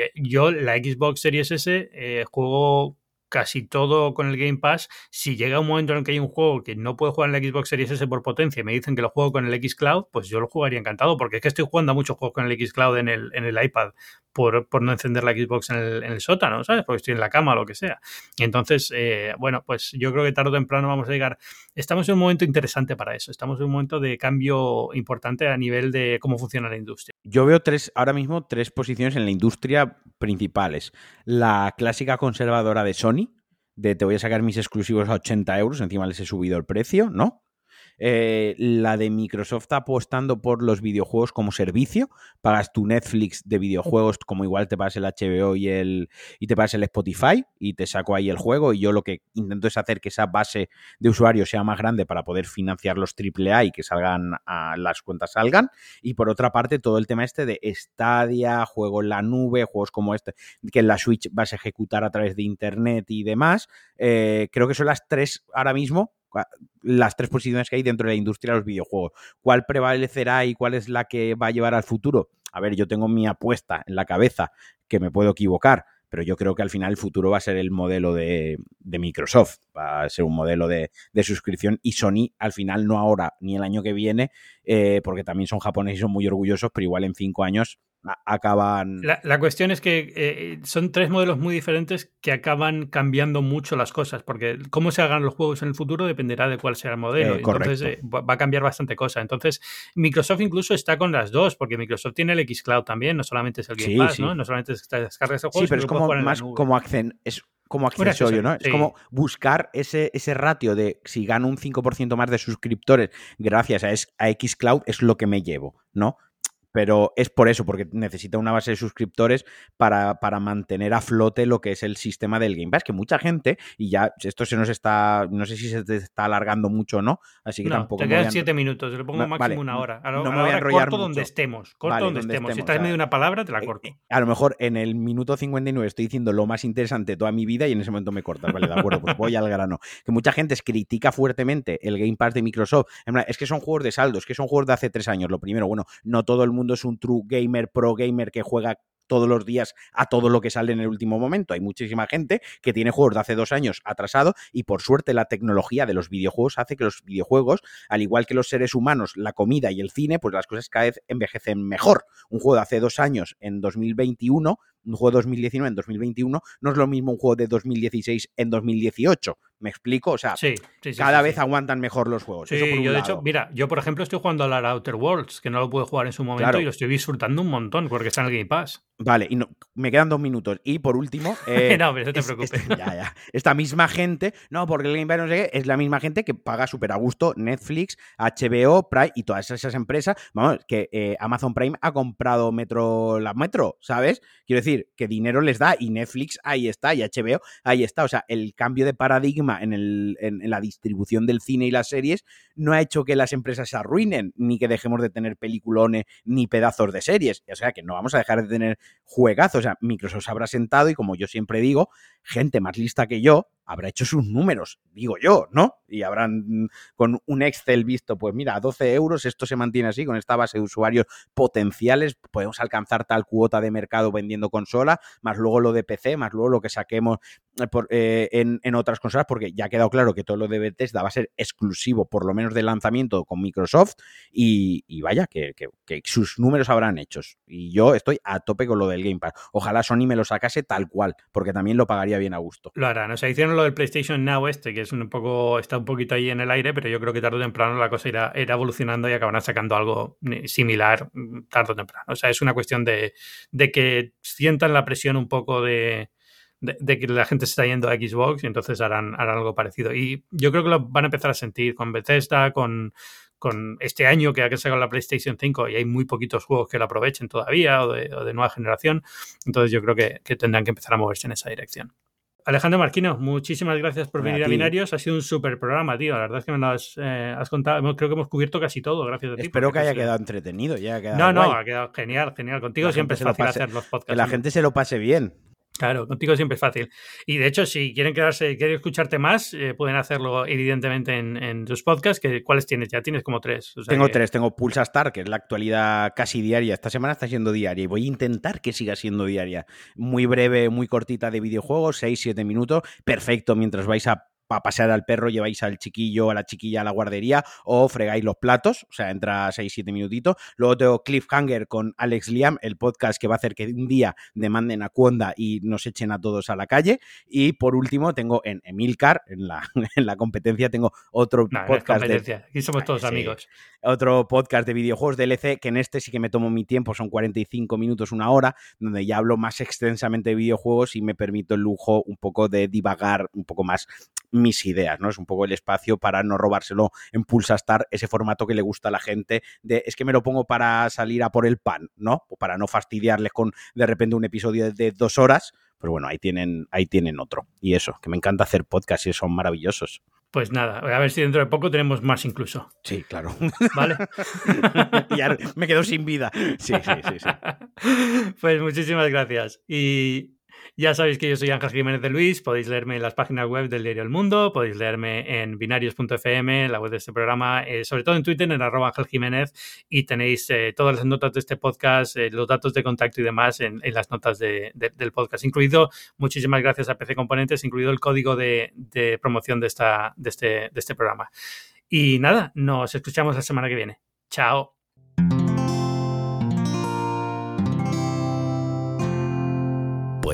yo la Xbox Series S eh, juego casi todo con el Game Pass. Si llega un momento en el que hay un juego que no puedo jugar en la Xbox Series S por potencia y me dicen que lo juego con el xCloud, pues yo lo jugaría encantado, porque es que estoy jugando a muchos juegos con el xCloud en el, en el iPad por, por no encender la Xbox en el, en el sótano, ¿sabes? Porque estoy en la cama o lo que sea. Entonces, eh, bueno, pues yo creo que tarde o temprano vamos a llegar. Estamos en un momento interesante para eso. Estamos en un momento de cambio importante a nivel de cómo funciona la industria. Yo veo tres, ahora mismo tres posiciones en la industria principales. La clásica conservadora de Sony, de te voy a sacar mis exclusivos a ochenta euros, encima les he subido el precio, ¿no? Eh, la de Microsoft apostando por los videojuegos como servicio, pagas tu Netflix de videojuegos como igual te pagas el H B O y, el, y te pagas el Spotify y te saco ahí el juego y yo lo que intento es hacer que esa base de usuarios sea más grande para poder financiar los triple A y que salgan, a, las cuentas salgan, y por otra parte todo el tema este de Stadia, juego en la nube, juegos como este que en la Switch vas a ejecutar a través de internet y demás, eh, creo que son las tres ahora mismo las tres posiciones que hay dentro de la industria de los videojuegos. ¿Cuál prevalecerá y cuál es la que va a llevar al futuro? A ver, yo tengo mi apuesta en la cabeza, que me puedo equivocar, pero yo creo que al final el futuro va a ser el modelo de, de Microsoft, va a ser un modelo de, de suscripción, y Sony al final no ahora ni el año que viene, eh, porque también son japoneses y son muy orgullosos, pero igual en cinco años acaban... La, la cuestión es que eh, son tres modelos muy diferentes que acaban cambiando mucho las cosas, porque cómo se hagan los juegos en el futuro dependerá de cuál sea el modelo. Eh, Entonces eh, va a cambiar bastante cosa. Entonces Microsoft incluso está con las dos, porque Microsoft tiene el xCloud también, no solamente es el Game sí, Pass, sí. ¿no? No solamente es que descargas el juego, sí, pero es como más como, accen es como accesorio, ¿no? Sí. Es como buscar ese, ese ratio de si gano un cinco por ciento más de suscriptores gracias a, es, a xCloud es lo que me llevo, ¿no? Pero es por eso, porque necesita una base de suscriptores para, para mantener a flote lo que es el sistema del Game Pass, que mucha gente, y ya esto se nos está, no sé si se te está alargando mucho o no, así que no, tampoco... te quedan siete minutos, le pongo no, máximo vale, una hora. A lo, no a la me voy a enrollar corto mucho. Donde estemos, corto vale, donde, donde estemos. estemos. Si estás en medio de una palabra, te la corto. Eh, a lo mejor en el minuto cincuenta y nueve estoy diciendo lo más interesante de toda mi vida y en ese momento me cortas, vale, de acuerdo, pues voy al grano. Que mucha gente critica fuertemente el Game Pass de Microsoft, en plan, es que son juegos de saldo, es que son juegos de hace tres años. Lo primero, bueno, no todo el mundo es un true game gamer, pro gamer que juega todos los días a todo lo que sale en el último momento. Hay muchísima gente que tiene juegos de hace dos años atrasado y por suerte la tecnología de los videojuegos hace que los videojuegos, al igual que los seres humanos, la comida y el cine, pues las cosas cada vez envejecen mejor. Un juego de hace dos años en dos mil veintiuno, un juego de dos mil diecinueve en dos mil veintiuno, no es lo mismo un juego de dos mil dieciséis en dos mil dieciocho. ¿Me explico? O sea, sí, sí, sí, cada sí, vez sí. aguantan mejor los juegos. Sí, Eso por un yo de lado. hecho, mira, yo por ejemplo estoy jugando a la Outer Worlds, que no lo pude jugar en su momento claro. Y lo estoy disfrutando un montón porque está en el Game Pass. Vale, y no, me quedan dos minutos. Y por último... Eh, no, pero no te es, preocupes. Es, ya, ya. Esta misma gente, no, porque el Game Pass no sé qué, es la misma gente que paga súper a gusto Netflix, H B O, Prime y todas esas empresas. Vamos, que eh, Amazon Prime ha comprado Metro, la Metro, ¿sabes? Quiero decir, que dinero les da y Netflix ahí está y H B O ahí está. O sea, el cambio de paradigma en, el, en, en la distribución del cine y las series no ha hecho que las empresas se arruinen, ni que dejemos de tener peliculones ni pedazos de series. O sea, que no vamos a dejar de tener juegazos. O sea, Microsoft se habrá sentado y, como yo siempre digo, gente más lista que yo habrá hecho sus números, digo yo, ¿no? Y habrán con un Excel visto, pues mira, a doce euros esto se mantiene así, con esta base de usuarios potenciales, podemos alcanzar tal cuota de mercado vendiendo consola, más luego lo de P C, más luego lo que saquemos por, eh, en, en otras consolas, porque ya ha quedado claro que todo lo de Bethesda va a ser exclusivo, por lo menos de lanzamiento, con Microsoft, y, y vaya, que, que, que sus números habrán hechos. Y yo estoy a tope con lo del Game Pass. Ojalá Sony me lo sacase tal cual, porque también lo pagaría bien a gusto. Lo harán, o sea, hicieron lo del PlayStation Now este, que es un poco, está un poquito ahí en el aire, pero yo creo que tarde o temprano la cosa irá, irá evolucionando y acabarán sacando algo similar tarde o temprano. O sea, es una cuestión de, de que sientan la presión un poco de, de, de que la gente se está yendo a Xbox y entonces harán, harán algo parecido. Y yo creo que lo van a empezar a sentir con Bethesda, con... con este año que ha sacado la PlayStation cinco y hay muy poquitos juegos que la aprovechen todavía o de, o de nueva generación, entonces yo creo que, que tendrán que empezar a moverse en esa dirección. Alejandro Marquino, muchísimas gracias por venir a, a Binarios. Ha sido un súper programa, tío. La verdad es que me lo has, eh, has contado. Creo que hemos cubierto casi todo, gracias a ti. Espero que haya quedado entretenido. Ya ha quedado no, guay. no, ha quedado genial, genial. Contigo siempre es fácil pase, hacer los podcasts. Que la gente se lo pase bien. Claro, contigo siempre es fácil. Y de hecho, si quieren quedarse, quieren escucharte más, eh, pueden hacerlo evidentemente en, en tus podcasts. Que, ¿cuáles tienes? Ya tienes como tres. O sea tengo que... tres. Tengo Pulsa Star, que es la actualidad casi diaria. Esta semana está siendo diaria y voy a intentar que siga siendo diaria. Muy breve, muy cortita de videojuegos, seis siete minutos. Perfecto mientras vais a para pasear al perro, lleváis al chiquillo, a la chiquilla a la guardería o fregáis los platos, o sea, entra seis siete minutitos. Luego tengo Cliffhanger con Alex Liam, el podcast que va a hacer que un día demanden a Cuonda y nos echen a todos a la calle. Y por último tengo en Emilcar, en la, en la competencia, tengo otro no, podcast. No de, aquí somos todos sí, amigos. Otro podcast de videojuegos de L C, que en este sí que me tomo mi tiempo, son cuarenta y cinco minutos, una hora, donde ya hablo más extensamente de videojuegos y me permito el lujo un poco de divagar un poco más mis ideas, ¿no? Es un poco el espacio para no robárselo en Pulsastar, ese formato que le gusta a la gente de, es que me lo pongo para salir a por el pan, ¿no? O para no fastidiarles con de repente un episodio de, de dos horas, pero bueno, ahí tienen, ahí tienen otro. Y eso, que me encanta hacer podcasts y son maravillosos. Pues nada, a ver si dentro de poco tenemos más incluso. Sí, claro. ¿Vale? Ya me quedo sin vida. Sí, sí, sí, sí. Pues muchísimas gracias. Y ya sabéis que yo soy Ángel Jiménez de Luis, podéis leerme en las páginas web del diario El Mundo, podéis leerme en binarios punto f m, la web de este programa, eh, sobre todo en Twitter, en arroba Ángel Jiménez, y tenéis eh, todas las notas de este podcast, eh, los datos de contacto y demás en, en las notas de, de, del podcast, incluido, muchísimas gracias a P C Componentes, incluido el código de, de promoción de, esta, de, este, de este programa. Y nada, nos escuchamos la semana que viene. Chao.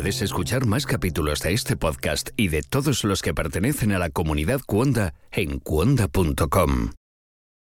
Puedes escuchar más capítulos de este podcast y de todos los que pertenecen a la comunidad Cuonda en cuonda punto com.